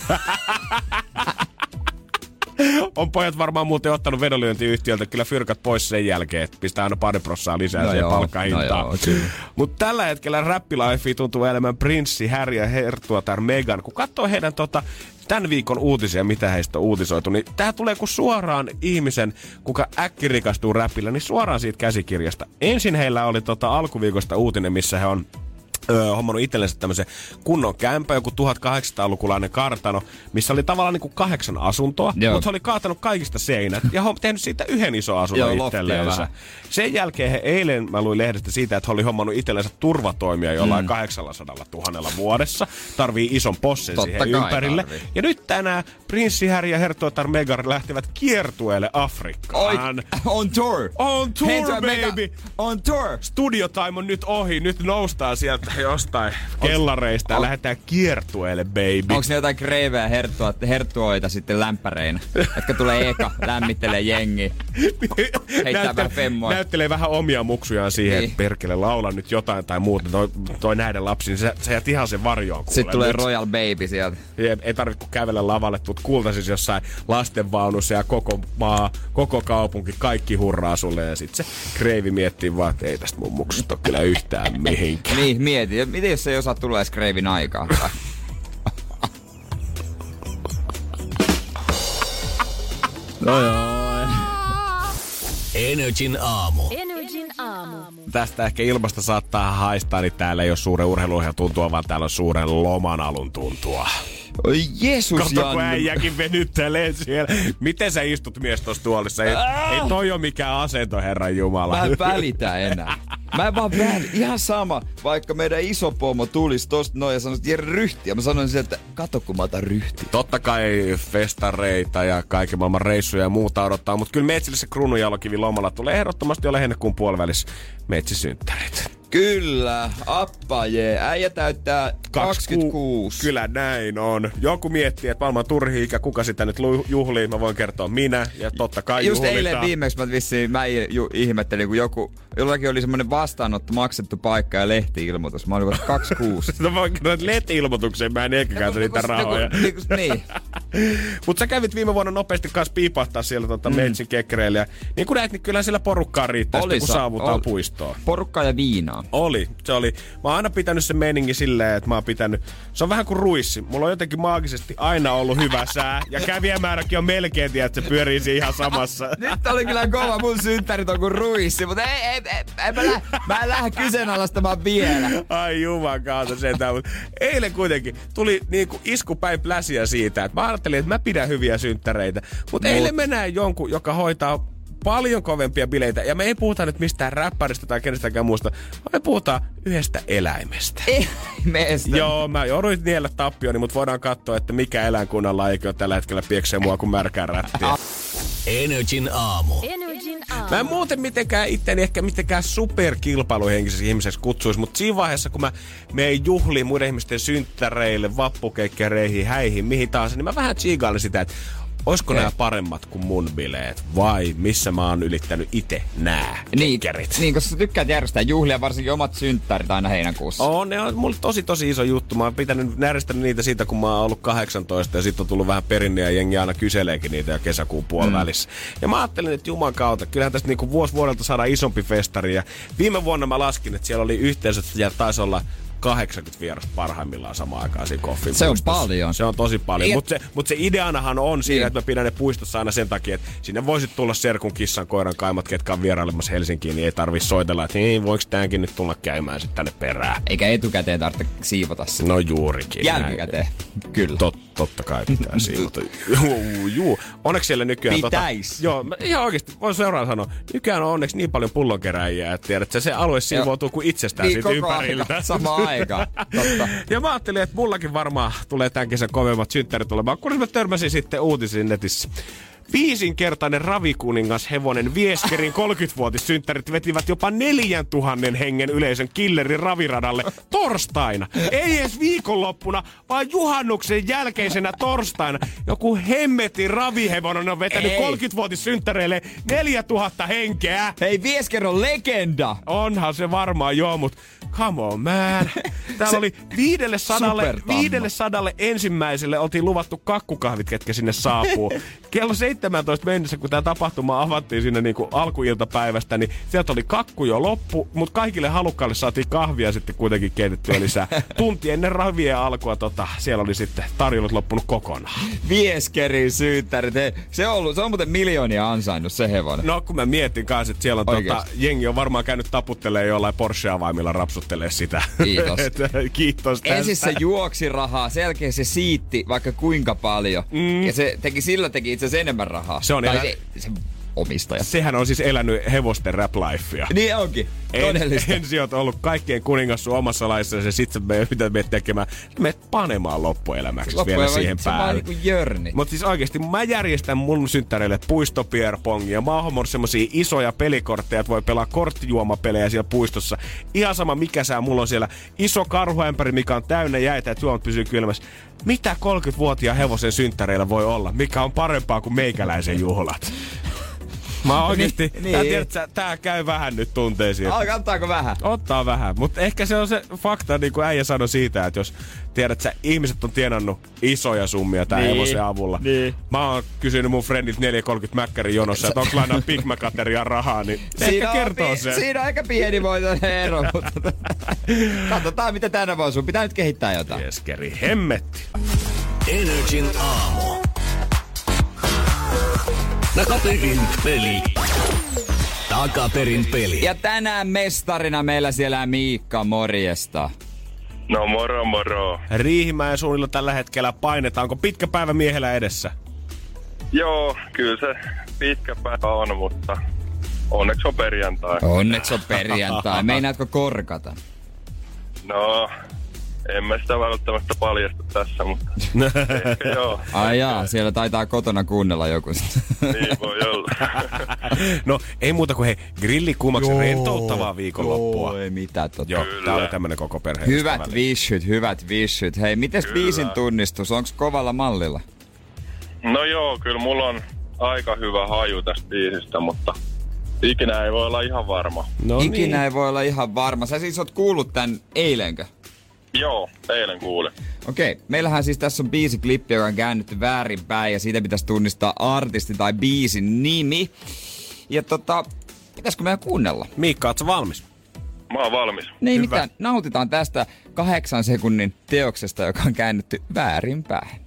On pojat varmaan muuten ottanut vedonlyöntiyhtiöltä kyllä fyrkat pois sen jälkeen, että pistää aina pari prossaa lisää no siihen palkkahintaan. No mutta tällä hetkellä räppilife tuntuu elämän Prinssi, Harry ja Herttuatar Meghan. Kun katsoo heidän tota, tämän viikon uutisia, mitä heistä on uutisoitu, niin tää tulee kuin suoraan ihmisen, kuka äkkirikastuu räppillä, niin suoraan siitä käsikirjasta. Ensin heillä oli tota alkuviikosta uutinen, missä he on Öö, hommannut itsellensä tämmöisen kunnon kämpä, joku tuhatkahdeksansataalukulainen kartano, missä oli tavallaan niinku kahdeksan asuntoa, Joo. mutta se oli kaatanut kaikista seinät ja on tehnyt siitä yhden ison asunnon Joo, itsellensä. Sen jälkeen he eilen, mä luin lehdestä siitä, että he oli hommannut itsellensä turvatoimia jollain mm. kahdeksansataa vuodessa. Tarvii ison possen Totta siihen ympärille. Tarvii. Ja nyt tänään prinssi Harry ja herttuatar Meghan lähtevät kiertueelle Afrikkaan. Oi, on tour! On tour, Henry baby! Meghan, on tour! Studio time on nyt ohi. Nyt noustaan sieltä jostain kellareista ja lähdetään kiertueelle, baby. Onks ne jotain kreivejä herttuoita sitten lämpäreinä, jotka tulee eka, lämmittelee jengi, heittää vähän femmoa. Näyttelee vähän omia muksujaan siihen, niin. että perkele, laula nyt jotain tai muuta. Toi, toi näiden lapsi, niin sä, sä jäät ihan sen varjoon kuule. Sitten tulee nyt. Royal Baby sieltä. Ei, ei tarvitse kun kävellä lavalle, tuut kuultaisis jossain lastenvaunussa ja koko maa, koko kaupunki, kaikki hurraa sulle. Ja sit se kreivi miettii vaan, että ei tästä mun muksesta ole kyllä yhtään mihinkään. Niin, mieti. Miten jos ei osaa tulla edes kreivin aikaa? No joo. Energin aamu. Energin aamu. Tästä ehkä ilmasta saattaa haistaa, niin täällä ei ole suuren urheiluohjelman tuntua, vaan täällä on suuren lomanalun tuntua. Oi Jeesus, Janne. Kato, kun äijäkin venyttelee siellä. Miten sä istut mies tossa tuolissa? Ei, ei toi ole mikään asento, Herran Jumala. Mä en välitä enää. Mä en vaan välitä. Ihan sama, vaikka meidän iso pomo tulisi tosta noin ja sanoisi, että Jere ryhtiä. Mä sanoisin, että kato kun mä otan ryhtiä. Totta kai festareita ja kaiken maailman reissuja ja muuta odottaa, mutta kyllä Metsille se kruununjalokivi lomalla tulee ehdottomasti olla heinäkuun puolivälissä metsisynttärit. Kyllä, appa jee. Äijä täyttää kaksikymmentäkuusi. Kyllä näin on. Joku miettii, että maailman turhi-ikä, kuka sitä nyt juhlii, mä voin kertoa minä. Ja totta kai Just juhlitaan. eilen viimeksi mä vissiin, mä ju- ihmettelin, kun joku, jollakin oli semmoinen vastaanotto, maksettu paikka ja lehti-ilmoitus. Mä olin vasta kaksikymmentäkuusi. No mä kerron, että lehti-ilmoitukseen mä en ehkä käytä niitä rahoja. Niin. Mut sä kävit viime vuonna nopeasti kanssa piipahtaa siellä tota mm. Metsin kekreillä. Niin kun näet, niin kyllä siellä porukkaa riittää, sitten, kun saavutaan oli. puistoon. Porukkaa ja viinaa. Oli, se oli. Mä oon aina pitänyt sen meiningin silleen, että mä oon pitänyt... Se on vähän kuin ruissi. Mulla on jotenkin maagisesti aina ollut hyvä sää. Ja kävijämääräkin on melkein, tiedä, että se pyörii siinä ihan samassa. Nyt oli kyllä kova. Mun synttärit on kuin ruissi. Mutta ei, ei, ei, ei mä, lähe, mä en lähde kyseenalaistamaan vielä. Ai jumakauta sentään. Mutta eilen kuitenkin tuli niinku iskupäin pläsiä siitä, että mä ajattelin, että mä pidän hyviä synttäreitä. Mutta Mut. eilen mä näin jonkun, joka hoitaa paljon kovempia bileitä. Ja me ei puhuta nyt mistään räppäristä tai kenestäkään muusta, vaan me puhutaan yhdestä eläimestä. Eläimestä? Joo, mä jouduin niellä tappioni, mutta voidaan katsoa, että mikä eläinkunnan laji on tällä hetkellä pieksee mua kuin märkää rättiä. Energin aamu. Energin aamu. Mä en muuten mitenkään itteni ehkä mitenkään superkilpailuhenkisessä ihmisessä kutsuisi, mutta siinä vaiheessa, kun mä menen juhliin muiden ihmisten synttäreille, vappukeikkereihin, häihin, mihin taas, niin mä vähän tsiigailin sitä, että oisko nämä paremmat kuin mun bileet vai missä mä oon ylittänyt itse nää niin, kekkerit? Niin, koska sä tykkäät järjestää juhlia, varsinkin omat synttärit aina heinäkuussa. On, ne on mulle tosi tosi iso juttu. Mä oon pitänyt nääristänyt niitä siitä, kun mä oon ollut kahdeksantoista ja sitten on tullut vähän perinne ja jengi aina kyseleekin niitä jo kesäkuun puolivälissä. Mm. Ja mä ajattelin, että juman kautta, kyllähän tästä niinku vuosi vuodelta saadaan isompi festari. Ja viime vuonna mä laskin, että siellä oli yhteensä ja taisi olla kahdeksankymmentä vierasta parhaimmillaan samaan aikaan siinä koffin Se puistossa. on paljon. Se on tosi paljon. Mutta se, mut se ideanahan on siinä, niin. että mä pidän ne puistossa aina sen takia, että sinne voisit tulla serkun, kissan, koiran, kaimat, ketkä on vierailemassa Helsinkiin, niin ei tarvi soitella, että hei, voiko tämänkin nyt tulla käymään sitten tänne perään. Eikä etukäteen tarvitse siivota sitä. No juurikin. Jälkikäteen. Kyllä. Tot, totta kai pitää siivota. juu, juu. Onneksi siellä nykyään... Pitäis. Tota, joo, mä, ihan oikeesti, voin seuraan sanoa. Nykyään on onneksi niin paljon pullonkeräjiä, että tiedät, että se alue siivoutuu kuin itsestään niin, siitä ympäriltä. Aika, samaan aikaan. Totta. Ja mä ajattelin, että mullakin varmaan tulee tämän kesän kovemmat synttärit tulemaan, kun mä törmäsin sitten uutisiin netissä. Viisinkertainen ravikuningas hevonen Vieskerin kolmekymmentävuotissynttärit vetivät jopa neljäntuhannen hengen yleisön Killerin raviradalle torstaina. Ei edes viikonloppuna, vaan juhannuksen jälkeisenä torstaina. Joku hemmetin ravihevonen on vetänyt kolmekymmentävuotissynttäreille neljätuhatta henkeä. Hei, Viesker on legenda! Onhan se varmaan joo, mut come on man. Täällä se oli viidelle sadalle, viidelle sadalle ensimmäiselle oltiin luvattu kakkukahvit, ketkä sinne saapuu. Kello seitsemäntoista mennessä, kun tämä tapahtuma avattiin sinne niinku alkuiltapäivästä, niin sieltä oli kakku jo loppu, mutta kaikille halukkaille saatiin kahvia sitten kuitenkin keitettyä lisää. Tunti ennen ravien alkua tota, siellä oli sitten tarjolut loppunut kokonaan. Vieskerin syyttärit, se on, ollut, se on muuten miljoonia ansainnut se hevonen. No kun mä mietin kanssa, että siellä on tota, jengi on varmaan käynyt taputtelemaan jollain Porsche-avaimilla rapsuttaa heiluttele sitä. Kiitos. Kiitos tästä. Ensin se juoksi rahaa, sen jälkeen se siitti vaikka kuinka paljon. Mm. Ja se teki, sillä teki itse asiassa enemmän rahaa. Se on tai elä... se, se omistaja. Sehän on siis elänyt hevosten rap-lifea. Niin onkin. Todellista. En, ensin oot ollut kaikkien kuningas sun omassa laissa ja sit sä me, mitä meet tekemään. Sä meet panemaan loppuelämäksi vielä siihen päälle. Se on niinku jörni. Mut siis oikeesti mä järjestän mun synttäreille puistopierpongia. Mä oon hommannut semmosia isoja pelikortteja, että voi pelaa korttijuomapelejä siellä puistossa. Ihan sama mikä sää, mulla on siellä iso karhuämpäri, mikä on täynnä jäitä, että juomat pysyy kylmässä. Mitä kolmekymmentävuotiaan hevosen synttäreillä voi olla? Mikä on parempaa kuin meikäläisen juhlat? Mä oikeesti, niin, tää, tiedät, sä, tää käy vähän nyt tunteisiin. Ottaako vähän? Ottaa vähän, mutta ehkä se on se fakta, niin kuin äijä sanoi siitä, että jos tiedät sä, ihmiset on tienannut isoja summia tää niin, hevosen avulla. Niin. Mä oon kysynyt mun friendit neljä kolmekymmentä mäkkärin jonossa, että onko lainaa Big Mac-ateriaan rahaa, niin siinä ehkä kertoo pi- sen. Siinä on aika pieni voitoinen ero, mutta katsotaan mitä tänä vuonna sun pitää nyt kehittää jotain. Jeskeri, hemmetti. Energin aamu. Takaperin peli. Takaperin peli. Ja tänään mestarina meillä siellä Miikka, morjesta. No moro moro. Riihimäen suunnilla tällä hetkellä painetaan. Onko pitkä päivä miehellä edessä? Joo, kyllä se pitkä päivä on, mutta onneksi on perjantai. Onneksi on perjantai. Meinaatko korkata? No, en mä sitä välttämättä paljasta tässä, mutta ehkä joo. Ai jaa, siellä taitaa kotona kuunnella joku. Niin voi olla. No, ei muuta kuin hei, grillikuumaksi rentouttavaa viikonloppua. Joo, ei mitään totta. Joo, tää oli tämmönen koko perhe. Hyvät vissyt, hyvät vissyt. Hei, mites kyllä biisin tunnistus? Onks kovalla mallilla? No joo, kyllä mulla on aika hyvä haju tästä biisistä, mutta ikinä ei voi olla ihan varma. No ikinä niin. ei voi olla ihan varma. Sä siis oot kuullut tän eilenkö? Joo, eilen kuulin. Okei, okay. Meillähän siis tässä on biisiklippi, joka on käännetty väärinpäin ja siitä pitäisi tunnistaa artisti tai biisin nimi. Ja tota, pitäisikö meidän kuunnella? Miikka, ootko valmis? Mä oon valmis. Niin mitään, nautitaan tästä kahdeksan sekunnin teoksesta, joka on käännetty väärinpäin.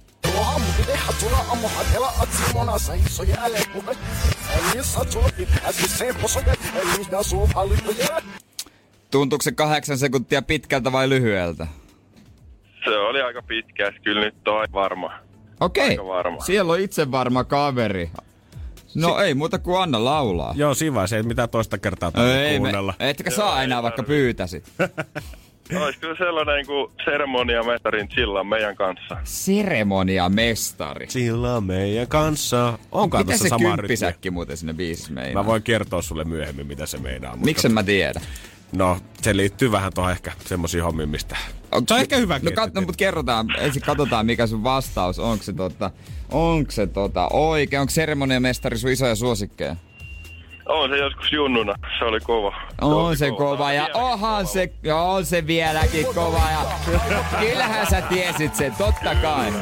Tuntuuko se kahdeksan sekuntia pitkältä vai lyhyeltä? Se oli aika pitkä, kyllä nyt on varma. Okei, siellä on itse varma kaveri. No si- ei muuta kuin anna laulaa. Joo, siinä vaiheessa ei mitään toista kertaa tarvitse kuunnella. Me, etkä saa enää vaikka pyytäsit. Ois kyllä sellainen kuin seremoniamestarin chillaa meidän kanssa. Seremoniamestari? Chillaa meidän kanssa. Onkaan tuossa sama rytmi? Miten se kymppisäkki muuten sinne biisissä meinaa? Mä voin kertoa sulle myöhemmin, mitä se meinaa. Miksen mä tiedän? No, se liittyy vähän tuohon ehkä semmosiin hommiin, mistä... Se on ehkä hyväkin. No, kat- no mutta kerrotaan, ensin katsotaan mikä sun vastaus. Onko se tota, onko se tota oikein? Onko seremoniamestari sun isoja suosikkeja? On se joskus junnuna, se oli kova. Se on se kova, kova ja onhan se, on se vieläkin kova ja kyllähän sä tiesit sen, totta kai.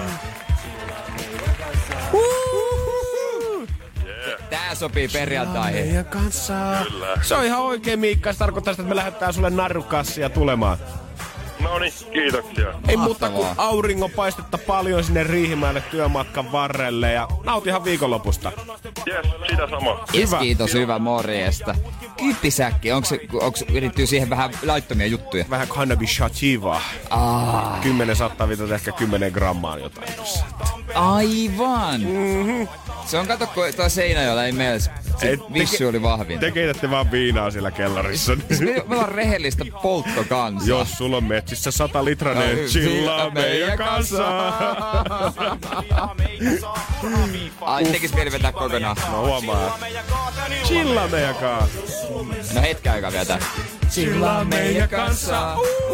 Tää sopii perjantaihin. Meidän kanssa. Kyllä. Se on ihan oikein, Miikka. Se tarkoittaa sitä, että me lähdetään sulle narrukassia tulemaan. No niin, kiitoksia. Ei muuta kuin auringonpaistetta paljon sinne Riihimäelle työmatkan varrelle ja nautihan viikonlopusta. Jes, sitä sama. Yes, kiitos, hyvä morjesta. Kymppisäkki, onko se, onko liittyy siihen vähän laittomia juttuja? Vähän cannabis sativaa. Ah. Kymmenen saattaa vitata ehkä kymmenen grammaa jotain tossa. Aivan. Mm-hmm. Se on, kato, kun tuo Seinäjoella ei meillä. Se vissy oli vahvin. Te keitätte vaan viinaa siellä kellarissa. Me ollaan rehellistä polttokansaa. Jos sulla on metsissä sata litranen, chillaa meidän kanssa. Ai, tekis mieli vetää kokonaan. No huomaa. Chillaa meidän kanssa. No hetken aikaa vielä. Chillaa meidän kanssa.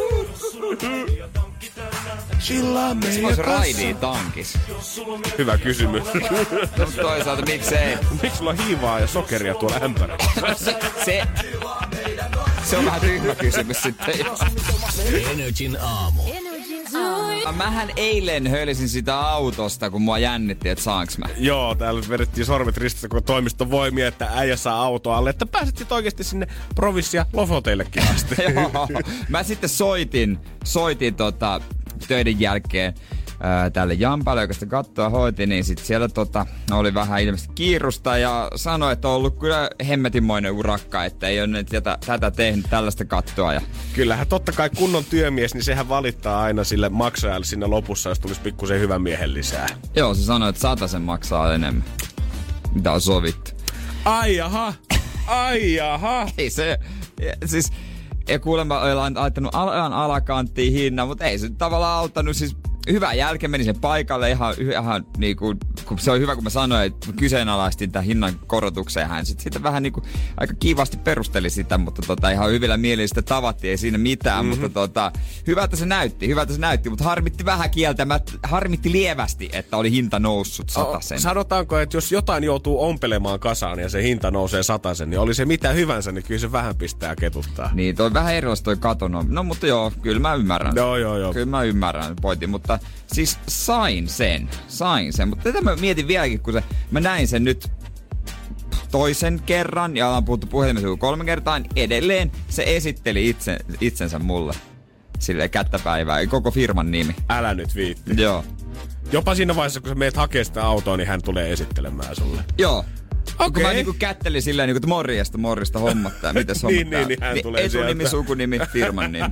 Chillaa meidän kanssa. Se raidii tankis. Hyvä kysymys. Toisaalta miksei? Miksi sulla on hiivaa ja sokeria tuolla ämpärissä? se, se, se on vähän tyhmä kysymys sitten. Energin aamu. Mähän eilen hölisin sitä autosta, kun mua jännitti, että saanko mä. Joo, täällä vedettiin sormet ristissä, kun toimiston voimia, että äijä saa auto alle, että pääset sit oikeesti sinne provinssia Lofoteillekin asti. Joo, mä sitten soitin, soitin tota, töiden jälkeen ää, tälle Jampalle, joka sitä kattoa hoiti, niin sit siellä tota, oli vähän ilmeisesti kiirusta ja sanoi, että on ollut kyllä hemmetinmoinen urakka, että ei ole nyt tätä, tätä tehnyt tällaista kattoa. Ja... Kyllähän totta kai kunnon työmies, niin sehän valittaa aina sille maksajalle siinä lopussa, jos tulisi pikkusen hyvän miehen lisää. Joo, se sanoi, että satasen maksaa enemmän, mitä on sovittu. Ai jaha, ai jaha. Ei se, siis... Ja kuulemma ollaan laittanut alan alakanttiin hinnan, mutta ei se tavallaan auttanut. Siis hyvä jälkeen meni sen paikalle ihan, ihan niinku, kun se on hyvä, kun mä sanoin, että kyseenalaistin tämän hinnan korotuksen. Hän sitten sitä vähän niinku aika kivasti perusteli sitä, mutta tota, ihan hyvillä mielin sitä tavattiin, ei siinä mitään. Mm-hmm. Mutta tota, hyvältä se näytti, hyvältä se näytti, mutta harmitti vähän kieltämättä, harmitti lievästi, että oli hinta noussut satasen. Sanotaanko, että jos jotain joutuu ompelemaan kasaan ja se hinta nousee satasen, niin oli se mitä hyvänsä, niin kyllä se vähän pistää ketuttaa. Niin, toi vähän erilaista toi kato. No, no mutta joo, kyllä mä ymmärrän. Joo, joo, joo. Kyllä mä ymmärrän pointin, mutta siis sain sen, sain sen. Mutta tätä mä mietin vieläkin, kun se, mä näin sen nyt toisen kerran ja ollaan puhuttu puhelimessa kolme kertaa, niin edelleen se esitteli itse, itsensä mulle. Silleen kättäpäivää, koko firman nimi. Älä nyt viitti. Joo. Jopa siinä vaiheessa, kun sä meet hakemaan sitä autoa, niin hän tulee esittelemään sulle. Joo. Okei. Kun mä niinku kättelin silleen, niinku, että morjesta, morjesta hommattaa. Mites hommattaa? niin, niin, niin hän tulee sieltä. Etunimi, sukunimi, firman nimi.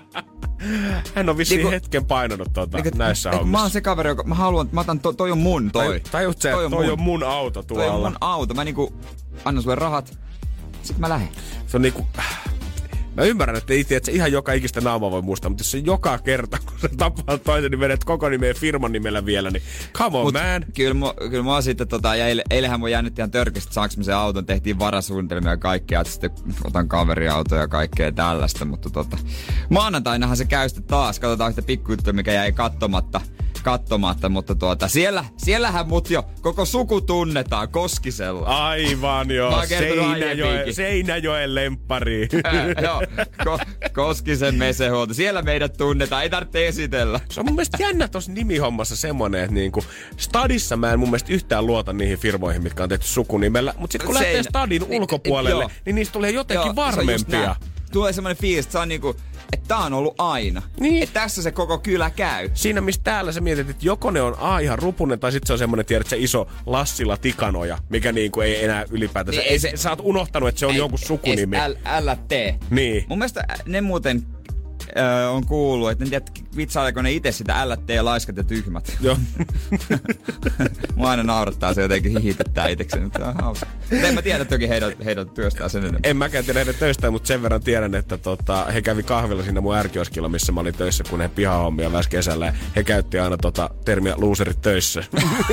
Hän on vissiin niinku, hetken painanut tota, niinku, näissä et, hommissa. Mä oon se kaveri, joka mä haluan, että mä otan, to, toi on mun toi. Tajut sä, toi, on, toi mun. on mun auto tuolla. Toi on mun auto. Mä niinku annan sulle rahat, sit mä lähden. Se on niinku... Mä ymmärrän, että itse, että se ihan joka ikistä naamaa voi muistaa, mutta jos se joka kerta, kun sä tapaat toisen, niin menet koko nimeen firman nimellä vielä, niin come on, Mut man. Kyllä, mä, kyllä mä oon sitten, tota, ja eile, eilähän mun jännitti ihan törkeästi, että saanko mä sen auton, tehtiin varasuunnitelmia ja kaikkea, että sitten otan kaveriautoja ja kaikkea tällaista, mutta tota, maanantainahan se käy sitten taas, katsotaan yhtä pikkujuttuja, mikä jäi katsomatta. katsomatta, mutta tuota, siellä, siellähän mut jo koko suku tunnetaan Koskisella. Aivan joo, Seinäjoen, Seinäjoen lemppari. Joo, Ko- Koskisen mesehuolto. Siellä meidät tunnetaan, ei tarvitse esitellä. Se on mun mielestä jännä tossa nimihommassa semmonen, että niinku Stadissa mä en mun mielestä yhtään luota niihin firmoihin, mitkä on tehty sukunimellä, mutta sit kun Sein... lähtee Stadin ulkopuolelle, niin, niin niistä tulee jotenkin joo, varmempia. Tulee semmoinen fiilis, että se on niinku, että tää on ollut aina. Niin. Että tässä se koko kylä käy. Siinä, mistä täällä sä mietit, että joko ne on A ihan rupunen, tai sit se on semmonen, tiedät, se iso Lassila Tikanoja, mikä niinku ei enää ylipäätänsä. Niin, ei se, sä oot unohtanut, että se on ei, jonkun sukunimi. Älä tee. Niin. Mun mielestä ne muuten öö, on kuullut, että ne tiedät, vitsaileeko ne itse sitä L T ja laiskat ja tyhmät. Joo. Mua aina naurattaa se jotenkin hihitetään itsekseen. Se on hauska. En mä tiedä toki heidät, heidät työstää sen enemmän. En mäkään tiedä heidän töistään, mutta sen verran tiedän, että tota, he kävi kahvilla siinä mun ärkioskilla, missä mä olin töissä, kun he pihahommia väs kesällä. Ja he käytti aina tota termiä loserit töissä.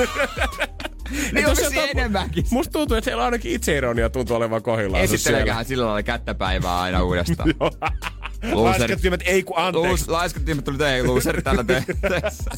Niin onko se enemmänkin? Musta tuntuu, että heillä ainakin itseironia tuntuu olevan kohdillaan. Esitteleeköhän sillä lailla kättäpäivää aina uudestaan. Laiskattimet, ei kun anteeksi. Laiskattimet tuli ei loserit tällä töissä.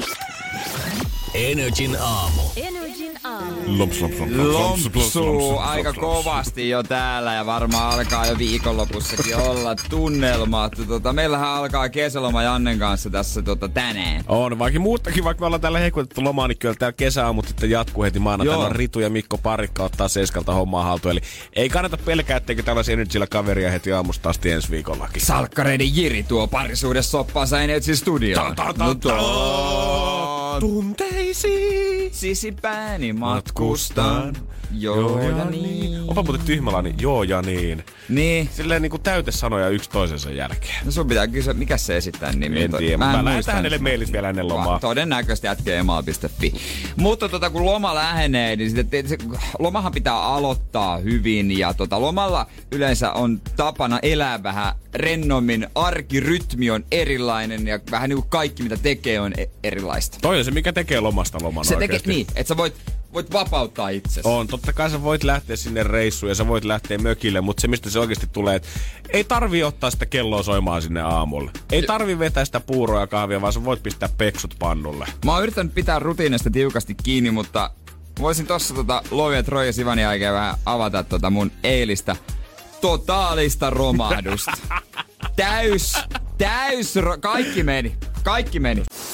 Energin aamu. Energin aamu. Loms, loms, loms, loms, Lompsuu aika kovasti jo täällä ja varmaan alkaa jo viikonlopussakin olla tunnelmat. Tota, meillähän alkaa kesäloma Jannen kanssa tässä tota, tänään. On, vaikka muuttakin, vaikka me ollaan täällä hekutettu lomaa, niin kyllä täällä kesäaamut sitten jatkuu heti maanantaina. Ritu ja Mikko Parikka ottaa Seiskalta hommaa haltuun. Eli ei kannata pelkää, etteikö tällaisia Energillä kaveria heti aamusta asti ensi viikollakin. Salkkareiden Jiri tuo parisuudessa soppaansa Energin studioon. Tunteisiin sisipääni matkustan. Joo ja niin. Onpa muuten tyhmälä, joo ja niin. Niin. Silleen niinku täytesanoja yksi toisensa jälkeen. No sun pitää kysyä, mikä se esittää nimi? En tiedä, mä, mä lähetän hänelle mailit vielä ennen lomaa. Todennäköisesti jätkeen email piste fi. Mutta tota, kun loma lähenee, niin sitten, se, lomahan pitää aloittaa hyvin. Ja tota, lomalla yleensä on tapana elää vähän rennommin. Arkirytmi on erilainen ja vähän niin kuin kaikki, mitä tekee, on erilaista. Toi on se, mikä tekee lomasta loman se oikeasti. Tekee, niin, että sä voit, voit vapauttaa itsesi. On, totta kai sä voit lähteä sinne reissuun ja sä voit lähteä mökille, mutta se mistä se oikeasti tulee, että ei tarvii ottaa sitä kelloa soimaan sinne aamulle. Ei tarvii vetää sitä puuroa ja kahvia, vaan sä voit pistää peksut pannulle. Mä oon yrittänyt pitää rutiinista tiukasti kiinni, mutta voisin tossa tota Lovi ja Troja Sivani jälkeen vähän avata tota mun eilistä totaalista romahdusta. Täys, täys, ro- kaikki meni, kaikki meni.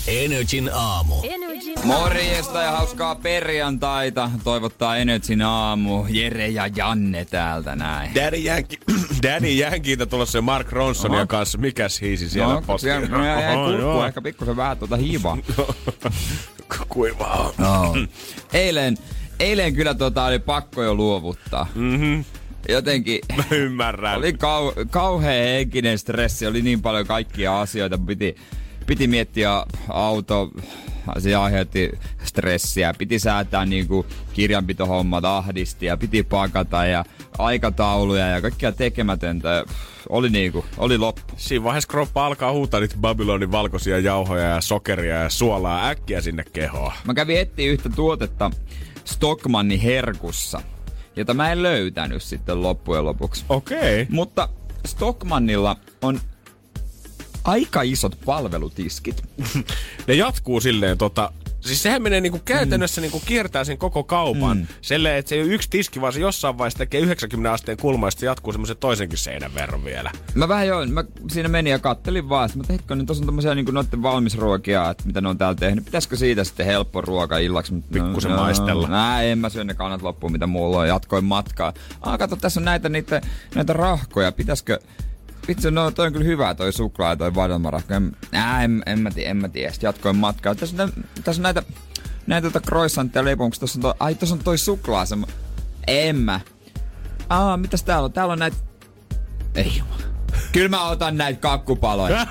Energin aamu. Energin Morjesta ja hauskaa perjantaita. Toivottaa Energin aamu. Jere ja Janne täältä näin. Daddy Yankee, Daddy Yankeeita tulossa Mark Ronsonia Oho. kanssa. Mikäs hiisi siellä No, potti? siellä no, jäi Oho, kurkku joo. ehkä pikkusen vähän tuota hiivaa. Kuivaa. No. eilen, eilen kyllä tota oli pakko jo luovuttaa. Mhm. Jotenkin Mä ymmärrän. oli kau- kauhea henkinen stressi. Oli niin paljon kaikkia asioita. Piti, piti miettiä auto. Se aiheutti stressiä. Piti säätää niinku kirjanpitohommat ahdisti ja piti pakata ja aikatauluja ja kaikkia tekemätöntä. Oli niinku, oli loppu. Siinä vaiheessa kroppa alkaa huutaa niitä Babylonin valkoisia jauhoja ja sokeria ja suolaa äkkiä sinne kehoon. Mä kävin etsiä yhtä tuotetta Stockmannin herkussa, jota mä en löytänyt sitten loppujen lopuksi. Okei. Okay. Mutta Stockmannilla on aika isot palvelutiskit. Ne jatkuu silleen tota... Siis sehän menee niinku käytännössä mm. niinku kiertää sen koko kaupan. Mm. Silleen, että se ei ole yksi tiski, vaan se jossain vaiheessa tekee yhdeksänkymmentä asteen kulma, ja sitten jatkuu semmoisen toisenkin seinän verran vielä. Mä vähän jo, mä siinä menin ja kattelin vaan, että hetkö, niin tossa on tommosia niinku noitten valmisruokia, että mitä ne on täällä tehnyt. Pitäisikö siitä sitten helppo ruoka illaksi? Pikkusen no, maistella. Nää, en mä syö ne kannat loppuun, mitä mulla on. Jatkoin matkaa. Ah, kato, tässä on näitä, niitä, näitä rahkoja. Pitäisikö... Vitsi, no toi on kyllä hyvä toi suklaa ja toi vadelmarahko. En, ää, en, en mä tiedä, en mä tiedä. Sitten jatkoin matkaa. Tässä on, tässä on näitä, näitä tota croissantteja leipomuksessa. Tossa on toi, ai tossa on toi suklaa. Semmo... En mä. Aa, mitäs täällä on? Täällä on näitä... Ei jumala. Kyllä mä otan näitä kakkupaloja.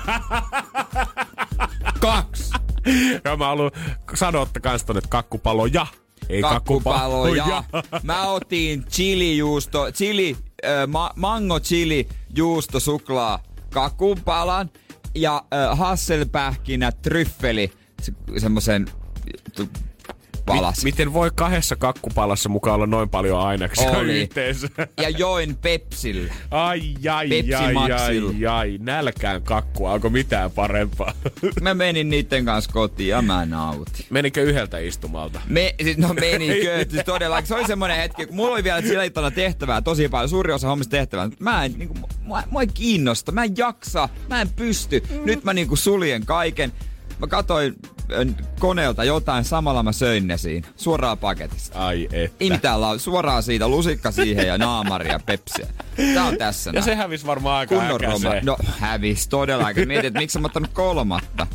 Kaksi. Ja mä haluan sanoa kans tonne, että kakkupaloja. Ei Kakkupaloja. kakkupaloja. Mä otin chilijuusto, chili, äh, ma- mango chili juusto suklaa kakkupalan ja äh, hasselpähkinä tryffeli se, semmosen t- palas. Mi- miten voi kahdessa kakkupalassa mukaan olla noin paljon aineksia Oli. yhteensä? Ja join Pepsillä. Ai, ai, Pepsi ai, Maxilla. ai, ai, nälkään kakkua. Onko mitään parempaa? Mä menin niitten kanssa kotiin ja mä nautin. Menikö yhdeltä istumalta? Me, siis no menikö, siis todellakin. Se oli semmonen hetki, kun mulla oli vielä sillä iltana tehtävää tosi paljon, suuri osa hommista tehtävää. Mä en, niinku, mua, mua ei kiinnosta, mä en jaksa, mä en pysty. Nyt mä niinku suljen kaiken. Mä katsoin äh, koneelta jotain, samalla mä söin ne siinä. Suoraan paketista. Ai että. Ei mitään lau, suoraan siitä, lusikka siihen ja naamari ja pepsiä. Tää on tässä Ja näin. se hävisi varmaan aika Kunnon roma. äkäiseen. No hävis todellakin. Mietin, että miksi mä ottanut kolmatta.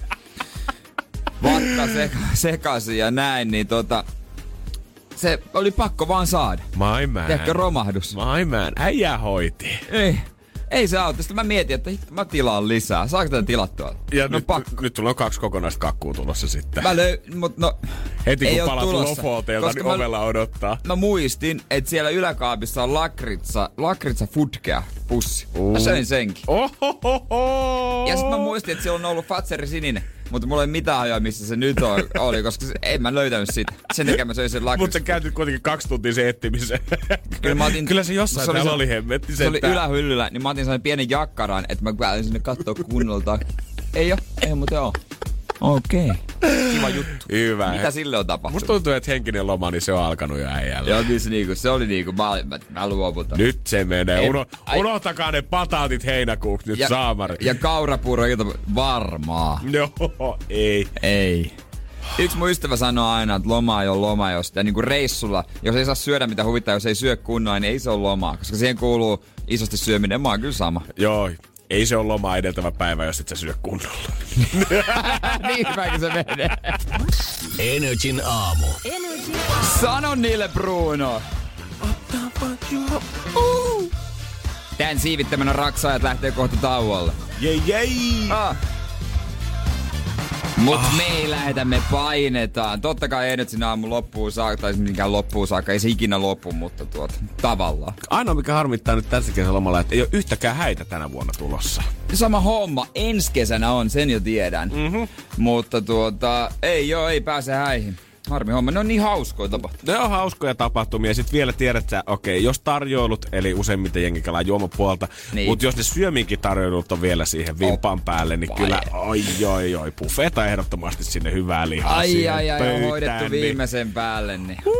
Vatta seka- sekaisin ja näin, niin tota... Se oli pakko vaan saada. My man. Tiedätkö, romahdus? My man. Äijä hoiti. Ei. Ei se auta. Sitten mä mietin, että hitto, mä tilaan lisää. Saako tätä tilattua? Ja no nyt, pakko. nyt sulla on kaksi kokonaista kakkua tulossa sitten. Mä löy... Mut no... Heti ei kun oo palat tulossa, Lofotelta, niin mä- ovella odottaa. Mä muistin, että siellä yläkaapissa on lakritsa, lakritsa fudkea pussi. Mä Uh. söin senkin. Ohohoho! Ja sit mä muistin, että siellä on ollut Fatseri sininen. Mutta mulla ei mitään hajoa, missä se nyt on, oli, koska se, en mä löytänyt sitä. Sen takia mä söin sen lakritsa. Mutta sä käytit kuitenkin kaksi tuntia sen etsimiseen. Kyllä, mä otin, Kyllä se jossain se oli, täällä se, oli hemmetti. se oli ylähyllyllä, niin mä otin sellainen pienen jakkaran, että mä pääsin sinne kattoo kunnolta. Ei oo, ei muuten oo. Okei. Okay. Kiva juttu. Hyvä. Mitä sille on tapahtunut? Musta tuntuu, että henkinen loma, niin se on alkanut jo äijällä. Joo, kyllä se, niinku, se oli niinku, mä, mä, mä luovutan. Nyt se menee. Ei, Uno, ai- unohtakaa ne pataatit heinäkuuksi nyt, ja, saamari. ja kaurapuuro ilta varmaa. Joo, ei. Ei. Yksi mun ystävä sanoo aina, että loma ei ole loma, jos ja niinku reissulla, jos ei saa syödä mitä huvittaa, jos ei syö kunnolla, niin ei se ole lomaa, koska siihen kuuluu isosti syöminen. Mä oon kyllä sama. Joo, ei se ole lomaa edeltävä päivä, jos et sä syö kunnolla. Niin hyväkin se menee. Energin aamu. Energy. Sano niille, Bruno. Tän siivittämänä raksaajat lähtee kohta tauolle. Jei, jei! Ah. Mut ah. me ei lähetä, me painetaan. Totta kai Energin aamu loppuun saakka, tai minkään loppuun saakka, ei se ikinä loppu, mutta tuota, tavallaan. Ainoa mikä harmittaa nyt tässä kesälomalla, että ei ole yhtäkään häitä tänä vuonna tulossa. Sama homma, ensi kesänä on, sen jo tiedän. Mm-hmm. Mutta tuota, ei joo, ei pääse häihin. Harmi homma, ne on niin hauskoja tapahtumia. Ne on hauskoja tapahtumia. Sitten vielä tiedät sä, okei, okay, jos tarjoulut, eli useimmiten jengi kelaa juomapuolta, niin. mutta jos ne syöminkin tarjoulut on vielä siihen vimpan oh, päälle, niin vai. kyllä, oi, oi, oi, buffeta ehdottomasti sinne hyvää lihaa Ai, siihen ai, ai, on pöytään, hoidettu niin. viimeisen päälle, niin. Uh,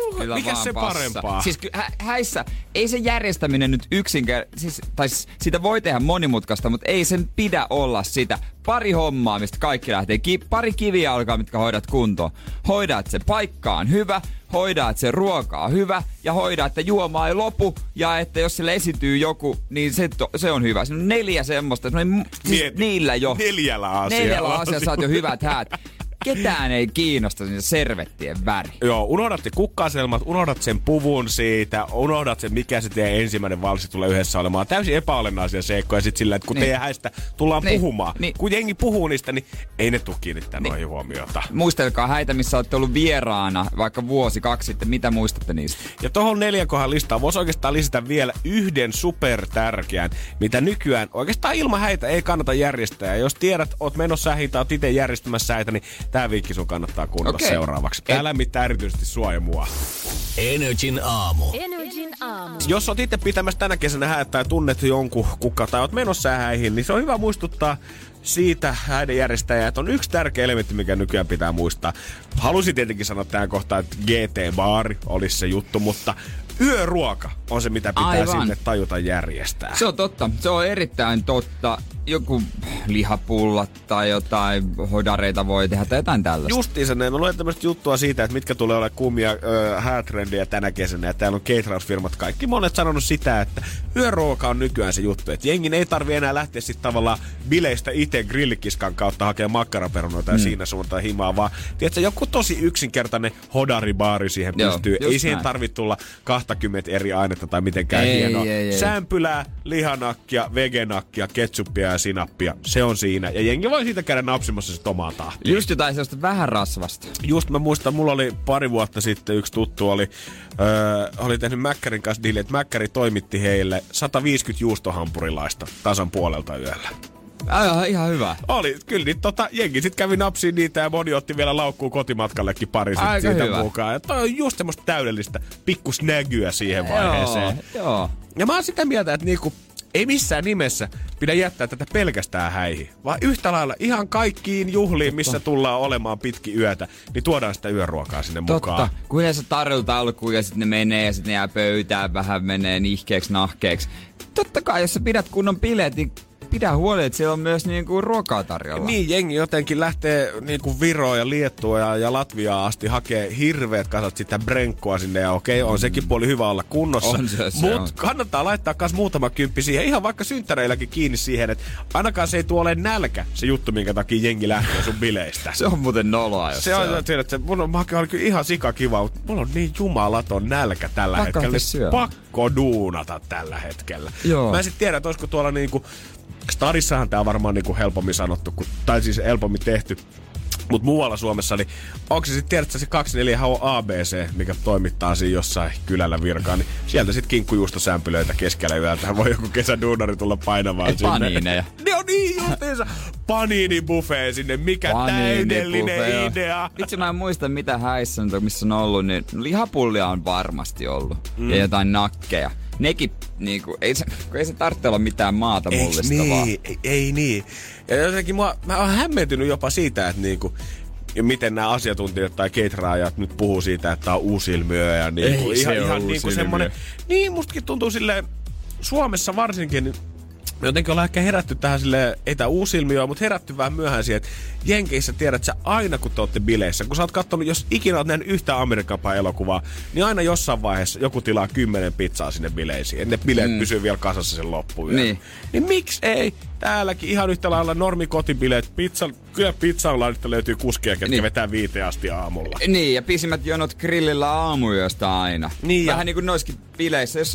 Kyllä mikä vaan se passa. parempaa? Siis ky- hä- häissä ei se järjestäminen nyt yksinkertaisesti, siis, tai s- sitä voi tehdä monimutkaista, mutta ei sen pidä olla sitä. Pari hommaa, mistä kaikki lähtee. Ki- pari kivijalkaa, mitkä hoidat kuntoon. Hoida, että se paikka on hyvä, hoida, että se ruoka on hyvä ja hoida, että juoma ei lopu ja että jos sille esityy joku, niin se, to, se on hyvä. Siinä on neljä semmoista, siis Miet, niillä jo. Neljällä asialla. Neljällä asialla saat jo hyvät häät. Ketään ei kiinnosta sinne servettien väri. Joo, unohdat ne kukkaselmat, unohdat sen puvun siitä, unohdat sen, mikä se teidän ensimmäinen valssi tulee yhdessä olemaan. Täysin epäolennaisia seikkoja sit sillä, että kun niin. teidän häistä tullaan niin. puhumaan. Niin. Kun jengi puhuu niistä, niin ei ne tule kiinnittää niin. noihin huomiota. Muistelkaa häitä, missä olette ollut vieraana vaikka vuosi, kaksi sitten. Mitä muistatte niistä? Ja tohon neljän kohan listaan voisi oikeastaan lisätä vielä yhden supertärkeän, mitä nykyään oikeastaan ilman häitä ei kannata järjestää. Ja jos tiedät, oot menossa häitä, oot itse järjestämässä häitä, niin tää viikki sun kannattaa kuunnella okay. seuraavaksi. Tää lämmittää erityisesti sua ja mua. Energin aamu. Energin aamu. Jos oot itse pitämässä tänä kesänä häät tai tunnet jonkun kukka tai oot menossa häihin, niin se on hyvä muistuttaa siitä häiden järjestäjää, että on yksi tärkeä elementti, mikä nykyään pitää muistaa. Halusin tietenkin sanoa tähän kohtaan, että G T-baari olisi se juttu, mutta yöruoka on se, mitä pitää Aivan. sinne tajuta järjestää. Se on totta. Se on erittäin totta. Joku lihapullat tai jotain hodareita voi tehdä tai jotain tällaista. Justiinsa ne. Mä luen tämmöistä juttua siitä, että mitkä tulee olla kuumia ö, häätrendejä tänä kesänä. Ja täällä on caterers-firmat kaikki. Monet sanonut sitä, että yöruoka on nykyään se juttu. Että jengin ei tarvi enää lähteä sitten tavallaan bileistä itse grillikiskan kautta hakemaan makkaraperunoita mm. ja siinä suuntaan himaa. Vaan tiedätkö, joku tosi yksinkertainen hodaribaari siihen Joo, pystyy. Ei siihen tarvitse tulla kaksikymmentä eri ainetta tai mitenkään ei, hienoa. Ei, ei, Sämpylää, lihanakkia, vegenakkia, ketsuppia ja sinappia. Se on siinä. Ja jengi voi siitä käydä napsimassa sit omaa tahtia. Just jotain sellaista vähän rasvasta. Just mä muistan, mulla oli pari vuotta sitten yksi tuttu oli, öö, oli tehnyt Mäkkärin kanssa diili, että Mäkkäri toimitti heille sata viisikymmentä juustohampurilaista tasan puolelta yöllä. Aivan, ihan hyvä. Oli, kyllä niin tota, jengi sit kävi napsiin niitä ja moni otti vielä laukkuun kotimatkallekin pari sit siitä hyvä. mukaan. Ja toi on just semmoista täydellistä pikkusnägyä siihen vaiheeseen. Joo, joo. Ja mä oon sitä mieltä, että niinku ei missään nimessä pidä jättää tätä pelkästään häihin, vaan yhtä lailla ihan kaikkiin juhliin, missä tullaan olemaan pitki yötä, niin tuodaan sitä yöruokaa sinne Totta. mukaan. Kun yleensä tarjotaan alkuun ja sitten ne menee ja sitten ne jää pöytään, vähän menee nihkeeksi nahkeeksi. Totta kai, jos sä pidät kunnon bileet, niin pidä huoli, että siellä on myös niinku ruokaa tarjolla. Niin, jengi jotenkin lähtee niinku Viroon ja Liettua ja, ja Latviaan asti hakee hirveät kasat sitä brenkkoa sinne. Ja okei, on sekin puoli hyvä olla kunnossa. Mutta kannattaa laittaa myös muutama kymppi siihen. Ihan vaikka synttäreilläkin kiinni siihen, että ainakaan se ei tuo ole nälkä se juttu, minkä takia jengi lähtee sun bileistä. Se on muuten noloa, jos se on. Se on. Että mun on, oli kyllä ihan sikakiva, mutta mulla on niin jumalaton nälkä tällä Pakko hetkellä. Pakko duunata tällä hetkellä. Joo. Mä en sit tiedä, että olisiko tuolla niinku Starissahan tää on varmaan niinku helpommin sanottu, kun, tai siis helpommin tehty. Mut muualla Suomessa, niin onko se sitten, tiedätkö se kaksikymmentäneljä H A B C, mikä toimittaa siinä jossain kylällä virkaan, niin sieltä sitten kinkkujuustosämpylöitä keskellä yöltä. Voi joku kesäduunari tulla painamaan sinne. Paniineja. Ne on niin justiinsa. Paniinibuffet sinne, mikä täydellinen idea. Itse mä en muista mitä häissä nyt, missä on ollut, niin lihapullia on varmasti ollut. Mm. Ja jotain nakkeja. Nekin, niinku, ei se, ei se tarvitse olla mitään maata mullistavaa. Niin, ei, ei niin. Ja jotenkin mua, mä oon hämmentynyt jopa siitä, että niinku, ja miten nämä asiantuntijat tai caterajat nyt puhuu siitä, että tää on uusilmiö ja niinku, ei ihan, se ihan niinku semmonen. Niin, mustakin tuntuu silleen, Suomessa varsinkin, niin jotenkin ollaan ehkä herätty tähän silleen, ei tää uusi ilmiö, mutta herätty vähän myöhään siihen, että Jenkeissä tiedät sä aina, kun te ootte bileissä. Kun sä oot kattonut, jos ikinä oot nähnyt yhtään Amerikan elokuvaa, niin aina jossain vaiheessa joku tilaa kymmenen pizzaa sinne bileisiin. Ja ne bileet mm. pysyy vielä kasassa sen loppuun. Niin. Niin miksi ei? Täälläkin ihan yhtä lailla normikotibileet. Pizza, kyllä pizzan laadista löytyy kuskia, ketkä niin. vetää viiteen asti aamulla. Niin, ja pisimmät jonot grillillä aamuyöstä aina. Niin, vähän ja niin kuin noissakin bileissä, jos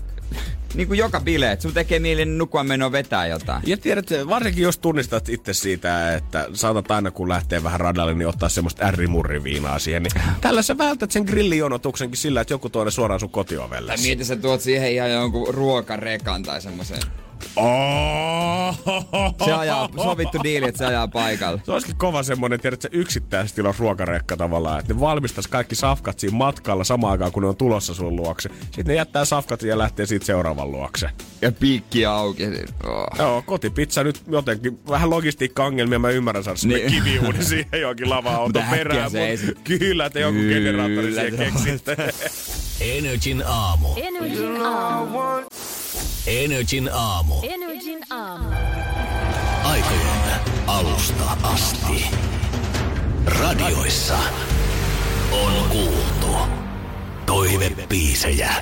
niin kuin joka bileet, sun tekee mieli nukkua menoa vetää jotain. Ja tiedät, varsinkin jos tunnistat itse siitä, että saatat aina kun lähtee vähän radalle, niin ottaa semmoista ärrimurriviinaa siihen. Niin tällä sä vältät sen grillijonotuksenkin sillä, että joku tuo ne suoraan sun kotiovelle. Tai mieti, sä tuot siihen ihan jonkun ruokarekan tai semmoisen. Oh! Se ajaa, sovittu diili, että se ajaa paikalla. Se olisikin kova semmonen, tiedätkö, yksittäisesti tilos ruokarekka tavallaan, että ne valmistais kaikki safkat siinä matkalla samaan aikaan, kun ne on tulossa sun luokse. Sitten ne jättää safkat ja lähtee siitä seuraavan luokse. Ja piikki auki. Oh. Joo, kotipizza nyt jotenkin vähän logistiikka-ongelmia, mä ymmärrän saada semmonen niin. kiviuuni siihen johonkin lava-auton perään. Mut kyllä, että joku generaattori siihen keksitte. Energin aamu. Energin aamu. Energin aamu. Energin aamu. Aikojen alusta asti. Radioissa on kuultu toivebiisejä.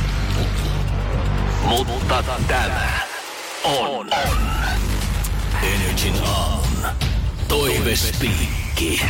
Mutta tämä on Energin aamun toivespiikki.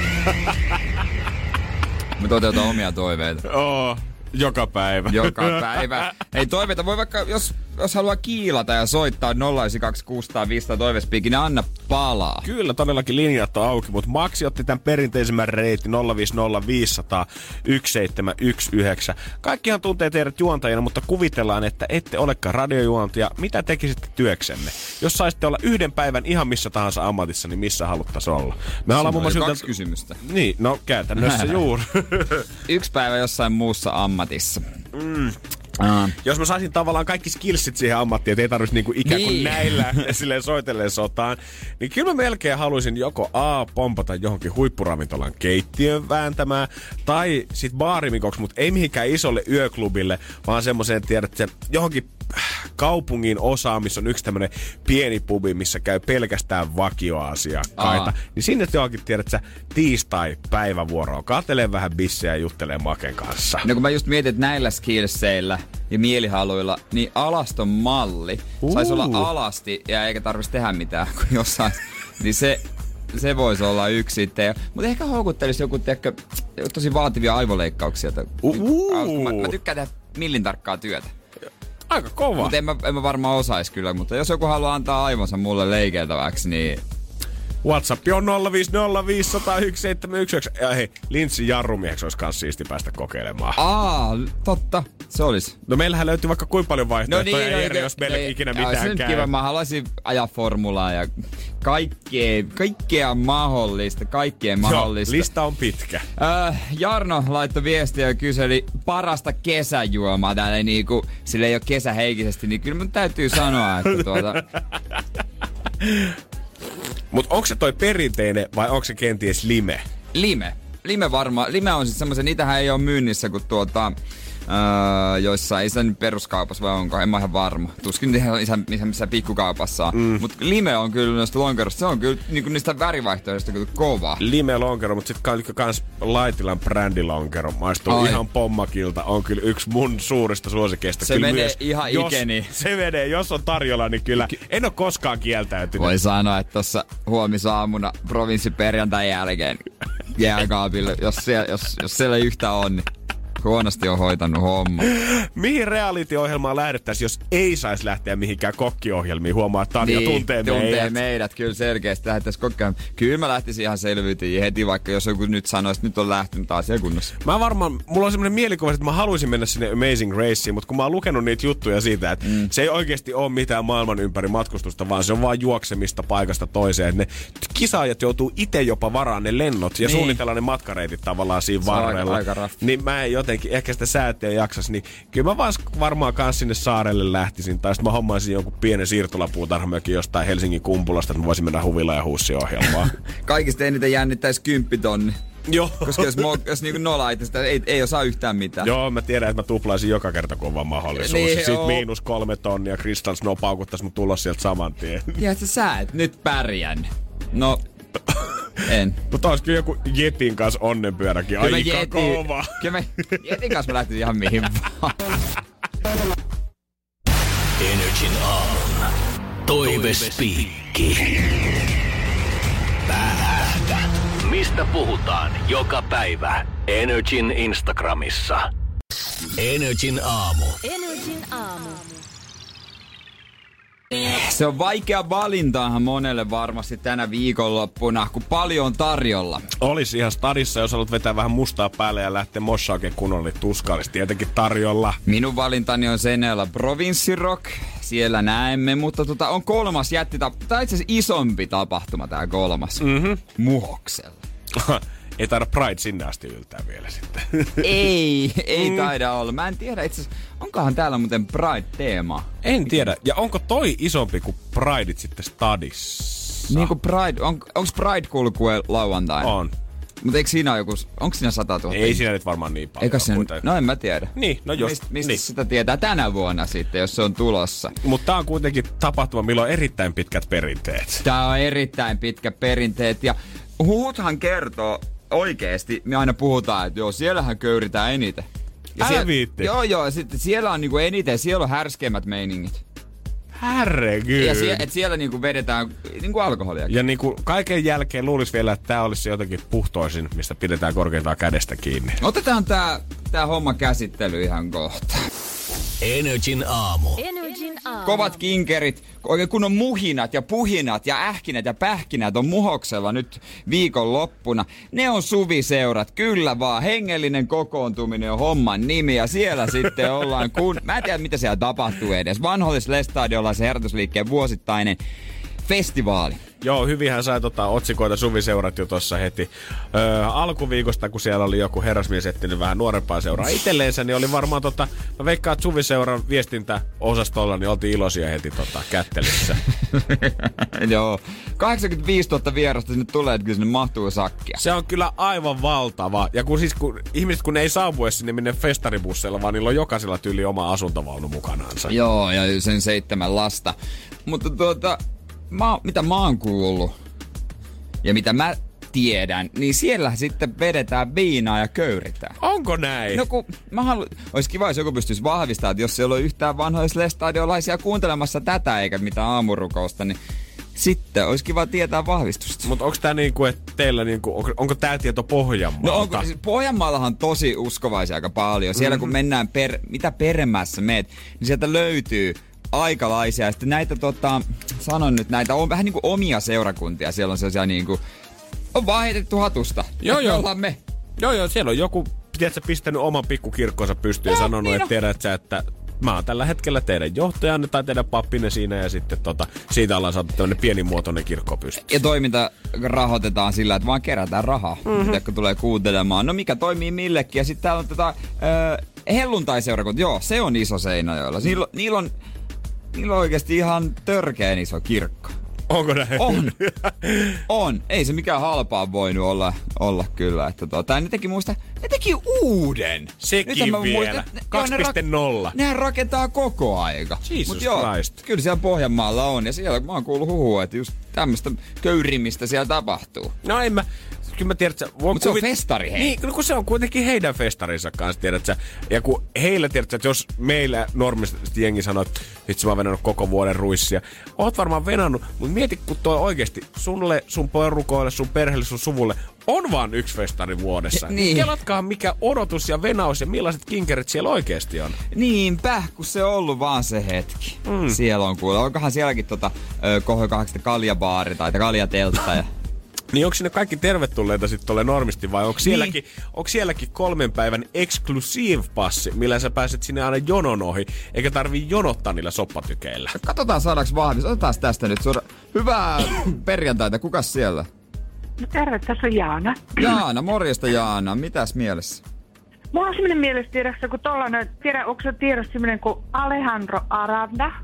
Me toteutetaan omia toiveita. Oh, joka päivä. Joka päivä. Ei toiveita voi vaikka, jos, jos haluaa kiilata ja soittaa nolla yhdeksän kaksi kuusi nolla nolla viisi toivespiikin, niin anna palaa. Kyllä, todellakin linjat on auki, mutta Maxi otti tämän perinteisemmän reitin nolla viisi nolla viisi nolla nolla yksi seitsemän yksi yhdeksän. Kaikkihan tuntee teidät juontajana, mutta kuvitellaan, että ette olekaan radiojuontaja. Mitä tekisitte työksenne? Jos saisitte olla yhden päivän ihan missä tahansa ammatissa, niin missä haluttaisiin olla? Me ollaan muun muassa kaksi yltä... kysymystä. Niin, no käytännössä juuri. Yksi päivä jossain muussa ammatissa. Mm. Uh. Jos mä saisin tavallaan kaikki skillsit siihen ammattiin, että ei tarvitsisi niinku ikään kuin niin. näillä silleen soitellen sotaan, niin kyllä mä melkein haluaisin joko A, pompata johonkin huippuravintolan keittiön vääntämään, tai sit baarimikoksi, mutta ei mihinkään isolle yöklubille, vaan semmoiseen, tiedätkö, johonkin kaupungin osaan, missä on yksi tämmönen pieni pubi, missä käy pelkästään vakioasiakkaita. Aa. Niin sinne johonkin, tiedätkö, tiistai-päivävuoroon. Katelee vähän bissejä ja juttelee Maken kanssa. No kun mä just mietin, että näillä skillseillä ja mielihaluilla, niin alaston malli. Uh. Saisi olla alasti ja eikä tarvitsisi tehdä mitään, kun jossain. Niin se, se voisi olla yksi sitten. Mutta ehkä houkuttelisi joku, tiedätkö, tosi vaativia aivoleikkauksia. Uh. Mä, mä tykkään tehdä millin tarkkaa työtä. Aika kova. Mutta en mä, en mä varmaan osais kyllä, mutta jos joku haluaa antaa aivonsa mulle leikeltäväksi, niin... WhatsApp on nolla viisi nolla viisi nolla nolla yksi seitsemän yksi yhdeksän. Ja hei, Linssin jarrumieheksi olisi kans siisti päästä kokeilemaan. Aa, totta. Se olisi. No meillähän löytyy vaikka kuinka paljon vaihtoehtoja, no niin, Eeri, no, jos meille ei ikinä mitään käy. Se on kiva. Mä haluaisin ajaa formulaa ja kaikkea, kaikkea mahdollista, kaikkea mahdollista. Joo, lista on pitkä. Äh, Jarno laittoi viestiä ja kyseli parasta kesäjuomaa täällä niinku, sillä ei ole kesäheikisesti, niin kyllä mun täytyy sanoa, että tuota... Mut onko se toi perinteinen vai onko se kenties lime? Lime. Lime varmaan. Lime on siis semmoisen, niitähän ei ole myynnissä kuin tuota... Öö, joissa ei sen peruskaupassa vai onko, en mä ihan varma. Tuskin missä, missä, missä pikkukaupassa on. Mm. Mut lime on kyllä noista lonkerosta, se on kyllä niinku niistä värivaihtoehdoista kyllä kova. Lime lonkero, mut sit kans Laitilan brändilonkero maistuu Ai. ihan pommakilta. On kyllä yksi mun suurista suosikeista. Se kyllä menee myös, ihan jos, ikeni. Se menee, jos on tarjolla, niin kyllä en oo koskaan kieltäytynyt. Voi sanoa, että tossa huomisaamuna provinssiperjantain jälkeen jääkaapille, jos siellä, jos, jos siellä ei yhtään on, niin huonosti on hoitanut homma. Mihin reality-ohjelmaan lähdettäisiin, jos ei saisi lähteä mihinkään kokkiohjelmiin? Huomaa, että Tanja niin, tuntee, tuntee meidät. meidät. Kyllä selkeästi lähdettäisiin kokkaan. Kyllä mä lähtisin ihan selvyytiin heti, vaikka jos joku nyt sanoisi, että nyt on lähtenyt taas kunnossa. Mä varmaan, mulla on semmoinen mielikuva, että mä haluaisin mennä sinne Amazing Raceen, mutta kun mä oon lukenut niitä juttuja siitä, että mm. se ei oikeasti ole mitään maailman ympäri matkustusta, vaan se on vaan juoksemista paikasta toiseen. Että ne kisaajat joutuu itse jopa varaan ne lennot ja niin. suunnitella ne matkareitit tavallaan siinä varrella. Aika, aika niin mä en jotenkin ehkä sitä säätöä jaksas, niin kyllä mä vaan varmaan kans sinne saarelle lähtisin. Tai sitten mä hommaisin jonkun pienen siirtolapuutarhamökin jostain Helsingin Kumpulasta, että mä voisin mennä Huvila ja Hussi-ohjelmaan. Kaikista eniten jännittäisi kymppitonni. Joo. Koska jos, mo, jos niinku nolaa sitä ei, ei osaa yhtään mitään. Joo, mä tiedän, että mä tuplaisin joka kerta, kun on vaan mahdollisuus. Niin, Sitten joo. miinus kolme tonnia, Crystal Snow paukuttais mun tulos sieltä saman tien. Tiedätkö sä et nyt pärjän? No... En. Mutta olis kyllä joku Jetin kanssa onnenpyöräkin aika jeti, kova. Kyllä mä Jetin kanssa mä lähtisin ihan mihin vaan. Energin aamun toivespiikki. Päätä. Mistä puhutaan joka päivä Energin Instagramissa. Energin aamu. Energin aamu. Se on vaikea valintaahan monelle varmasti tänä viikonloppuna, kun paljon on tarjolla. Olisi ihan stadissa, jos haluat vetää vähän mustaa päälle ja lähteä mossaakin kunnolla, niin tuska olisi tietenkin tarjolla. Minun valintani on Seinäjoella Provinci Rock. Siellä näemme, mutta tota, on kolmas jättitapahtuma. Tämä on itse asiassa isompi tapahtuma, tämä kolmas. Mm-hmm. Muhoksella. Ei taida Pride sinne asti yltää vielä sitten. ei, ei mm. taida olla. Mä en tiedä itse asiassa, onkohan täällä muuten Pride-teema? En tiedä. Ja onko toi isompi kuin Prideit sitten stadissa? Niin kuin Pride, on, onko Pride-kulkue lauantaina? On. Mutta eikö siinä joku, onko siinä sata tuhatta? Ei siinä nyt varmaan niin paljon. Eikä siinä, mutta... no en mä tiedä. Niin, no just. Mist, mistä niin. sitä tietää tänä vuonna sitten, jos se on tulossa? Mutta tää on kuitenkin tapahtuma, millä on erittäin pitkät perinteet. Tää on erittäin pitkät perinteet ja huhuthan kertoo oikeesti, me aina puhutaan, että joo, siellähän köyritään eniten. Ja Älä siellä, viitti. Joo, joo, sitten siellä on niinku eniten, siellä on härskeimmät meiningit. Herregud. Ja sie, et siellä niinku vedetään niinku alkoholia. Ja niinku kaiken jälkeen luulis vielä, että tää olisi jotenkin puhtoisin, mistä pidetään korkeintaan kädestä kiinni. Otetaan tää, tää homma käsittely ihan kohta. Energin aamu. Energin aamu. Kovat kinkerit, oikein kun on muhinat ja puhinat ja ähkinät ja pähkinät on Muhoksella nyt viikonloppuna. Ne on suviseurat, kyllä vaan. Hengellinen kokoontuminen on homman nimi ja siellä sitten ollaan kun... Mä en tiedä mitä siellä tapahtuu edes. Vanhollis-Lestadiolla on se herätysliikkeen vuosittainen festivaali. Joo, hyvinhän sai tota otsikoita suviseurat jo tossa heti öö, alkuviikosta, kun siellä oli joku herrasmies etsinyt vähän nuorempaa seuraa itselleensä, niin oli varmaan tota, mä veikkaan, että suviseuran viestintäosastolla niin oltiin iloisia heti tota kättelyssä. Joo, kahdeksankymmentäviisituhatta vierasta sinne tulee, että kyllä sinne mahtuu sakkia. Se on kyllä aivan valtava. Ja kun siis kun ihmiset kun ne ei saavu edes sinne minne festaribusseilla, vaan niillä on jokaisella tyyli oma asuntovaunu mukanaansa. Joo, ja sen seitsemän lasta. Mutta tuota... Mä, mitä mä oon kuullut ja mitä mä tiedän, niin siellä sitten vedetään viinaa ja köyritään. Onko näin? No kun mä haluan, olisi kiva, jos joku pystyisi vahvistamaan, että jos siellä on yhtään vanhoislestadiolaisia kuuntelemassa tätä eikä mitään aamurukousta, niin sitten olisi kiva tietää vahvistusta. Mutta onko tää niinku, että teillä niinku, onko, onko tää tieto Pohjanmaalta? No onko, siis Pohjanmaallahan on tosi uskovaisia aika paljon. Siellä mm-hmm. kun mennään, per, mitä peremmässä meet, niin sieltä löytyy aikalaisia. Ja sitten näitä, tota, sanon nyt, näitä on vähän niinku omia seurakuntia. Siellä on sellaisia niinku, on vaan heitetty hatusta. Joo, joo. Ollaan me. Joo, joo, siellä on joku, tiedätkö, pistänyt oman pikkukirkkonsa pystyyn ja sanonut, niin että tiedät sä, että mä oon tällä hetkellä teidän johtajanne tai teidän pappinen siinä ja sitten tota, siitä ollaan saatu tämmönen pienimuotoinen kirkko pystyyn. Ja toiminta rahoitetaan sillä, että vaan kerätään rahaa, mm-hmm. kun tulee kuuntelemaan. No mikä toimii millekin. Ja sitten täällä on tätä äh, helluntaiseurakunta. Joo, se on iso Seinäjoella. Niillä, niillä on Niillä on oikeesti ihan törkeen iso kirkko. Onko näin? On. On. Ei se mikään halpaa voinut olla, olla kyllä. Että tuota, ne teki muista, ne teki uuden. Sekin vielä. kaksi piste nolla. Rak- nehän rakentaa koko aika. Jesus Mut joo, Christ. Kyllä siellä Pohjanmaalla on. Ja siellä mä oon kuullut huhua, että just tämmöistä köyrimistä siellä tapahtuu. No en mä... Kyllä mä tiedän, että sä... Mutta se on festari, hei. Niin, kun se on kuitenkin heidän festarinsa kanssa, tiedät sä. Ja kun heillä, tiedät sä, että jos meillä normisesti jengi sanoo, että vitsi mä oon venannut koko vuoden ruissia. Oot varmaan venannut, mutta mieti, kun toi oikeesti sulle, sun porukoille, sun perheelle, sun suvulle on vaan yksi festari vuodessa. Niin. Kelatkaa mikä odotus ja venaus ja millaiset kinkerit siellä oikeesti on. Niinpä, kun se on ollut vaan se hetki. Mm. Siellä on kuule. Onkohan sielläkin tota K H kahdeksan kaljabaari tai kaljateltta ja... Niin onko sinne kaikki tervetulleita sitten tuolle normisti vai onko sielläkin, niin. onko sielläkin kolmen päivän exclusive passi, millä sä pääset sinne aina jonon ohi, eikä tarvii jonottaa niillä soppatykeillä? Katsotaan saadaanko vahvis. Otetaan tästä nyt suora. Hyvää perjantaita. Kukas siellä? No terve, tässä on Jaana. Jaana, morjesta Jaana. Mitäs mielessä? Mulla on semmoinen mielessä tiedossa, kun tollanen, tiedä, onko se tiedossa semmoinen kuin Alejandro Aranda,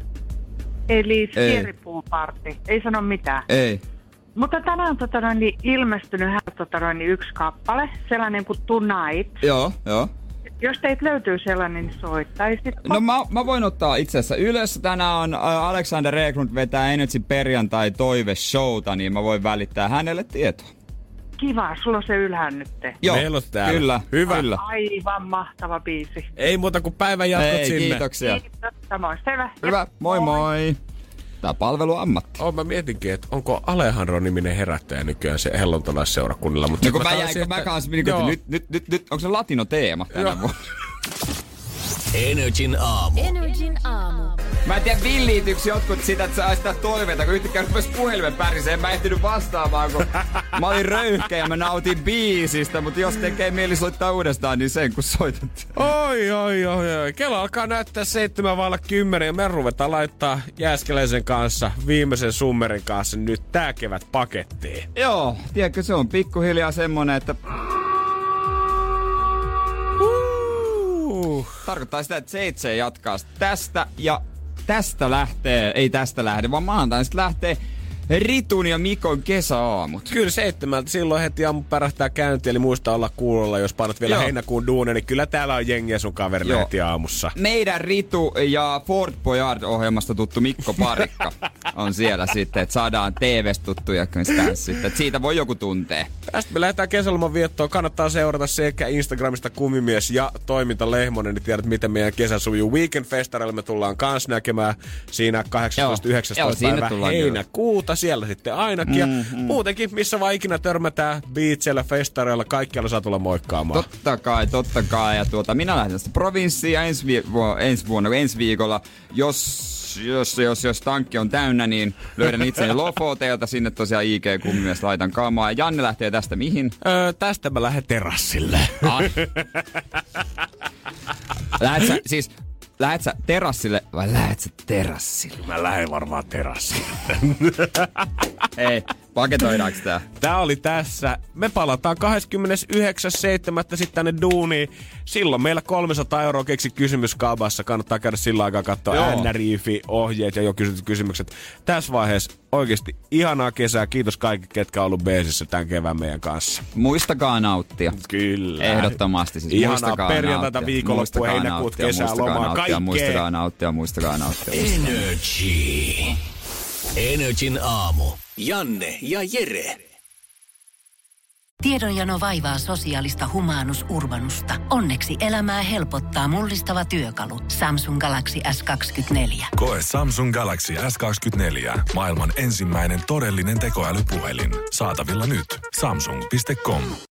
eli Skeripool-party. Ei sano mitään. Ei. Mutta tänään on tota noin, niin ilmestynyt hän, tota noin, niin yksi kappale, sellainen kuin Tonight. Joo, joo. Jos teitä löytyy sellainen, niin soittaisit. No mä, mä voin ottaa itse asiassa ylös. Tänään on Alexander Reklund vetää Energy perjantai toive-showta, niin mä voin välittää hänelle tietoa. Kiva, sulla on se ylhään nyt. Joo, meillä on täällä. Kyllä, hyvä. Kyllä. Aivan mahtava biisi. Ei muuta kuin päivän jatkot Ei, sinne. Kiitoksia. Kiitos, samoin. Selvä. Hyvä, moi moi. moi. Tää palveluammatti. Oh, mä mietinkin, että onko Alejandro-niminen herättäjä nykyään se helluntalaisseurakunnilla. Mutta no kun mä jäin, kun mä kanssa, niin, nyt, nyt, nyt, nyt, onko se latino-teema tänä vuonna? Energin aamu. Energin aamu. Mä en tiedä, villiityks jotkut sitä, että saa sitä toiveita, kun yhtäkkiä rupes puhelimen päriseen. Mä en ehtinyt vastaamaan, kun mä olin röyhkeä ja mä nautin biisistä, mutta jos tekee mieli soittaa uudestaan, niin sen kun soitat. Oi, oi, oi, oi. Kello alkaa näyttää seitsemän vailla kymmenen ja me ruvetaan laittaa Jääskeläisen kanssa, viimeisen summerin kanssa nyt tää kevät pakettiin. Joo, tiedätkö, se on pikkuhiljaa semmonen, että... Uh. Tarkoittaa sitä, että seitse jatkaa tästä ja tästä lähtee, ei tästä lähde, vaan maanantaina sitten lähtee Ritun ja Mikon kesäaamut. Kyllä seitsemältä silloin heti aamu pärähtää käyntiin, eli muista olla kuulolla, jos painat vielä Joo. heinäkuun duunen, niin kyllä täällä on jengiä sun kaverille heti aamussa. Meidän Ritu ja Fort Boyard-ohjelmasta tuttu Mikko Parikka on siellä sitten, että saadaan T V:stä tuttuja kanssa sitten, että siitä voi joku tuntee. Tästä me lähdetään kesäloman viettoon. Kannattaa seurata sekä Instagramista Kumimies ja Toiminta Lehmonen, niin tiedät, miten meidän kesä sujuu. Weekend-festareilla me tullaan kans näkemään siinä kahdeksastoista yhdeksästoista päivä heinäkuuta. Siellä sitten ainakin. Mm-hmm. Muutenkin, missä vaan ikinä törmätään beacheillä, festareilla, kaikkialla saa tulla moikkaamaan. Totta kai, totta kai. Ja tuota, minä lähden tästä provinssiin ja ensi, vi- ensi vuonna, ensi viikolla, jos, jos, jos, jos tankki on täynnä, niin löydän itseni Lofoteelta. Sinne tosiaan I G-kummimies laitan kamaa. Janne lähtee tästä mihin? Öö, tästä mä lähden terassille. Ah. Lähet sä, siis... Lähet sä terassille vai lähet sä terassille? Mä lähden varmaan terassille. Hei, paketoidaanko tää? Tää oli tässä. Me palataan kahdeskymmenesyhdeksäs seitsemättä sitten tänne duuniin. Silloin meillä kolmesataa euroa keksi kysymyskaupassa. Kannattaa käydä sillä aikaa katsoa N R I F I-ohjeet ja jo kysytyt kysymykset. Tässä vaiheessa oikeesti ihanaa kesää. Kiitos kaikki, ketkä on ollut beesissä tämän kevään meidän kanssa. Muistakaa nauttia. Kyllä. Ehdottomasti siis. Ihanaa perjantaita, viikonloppu, heinäkuut, kesää, lomaa, kaikkea. Muistakaa nauttia, muistakaa nauttia. Energy. Energin aamu. Janne ja Jere. Tiedonjano vaivaa sosiaalista humanus urbanusta. Onneksi elämää helpottaa mullistava työkalu. Samsung Galaxy S kaksikymmentäneljä. Koe Samsung Galaxy S kaksikymmentäneljä. Maailman ensimmäinen todellinen tekoälypuhelin. Saatavilla nyt. Samsung piste com.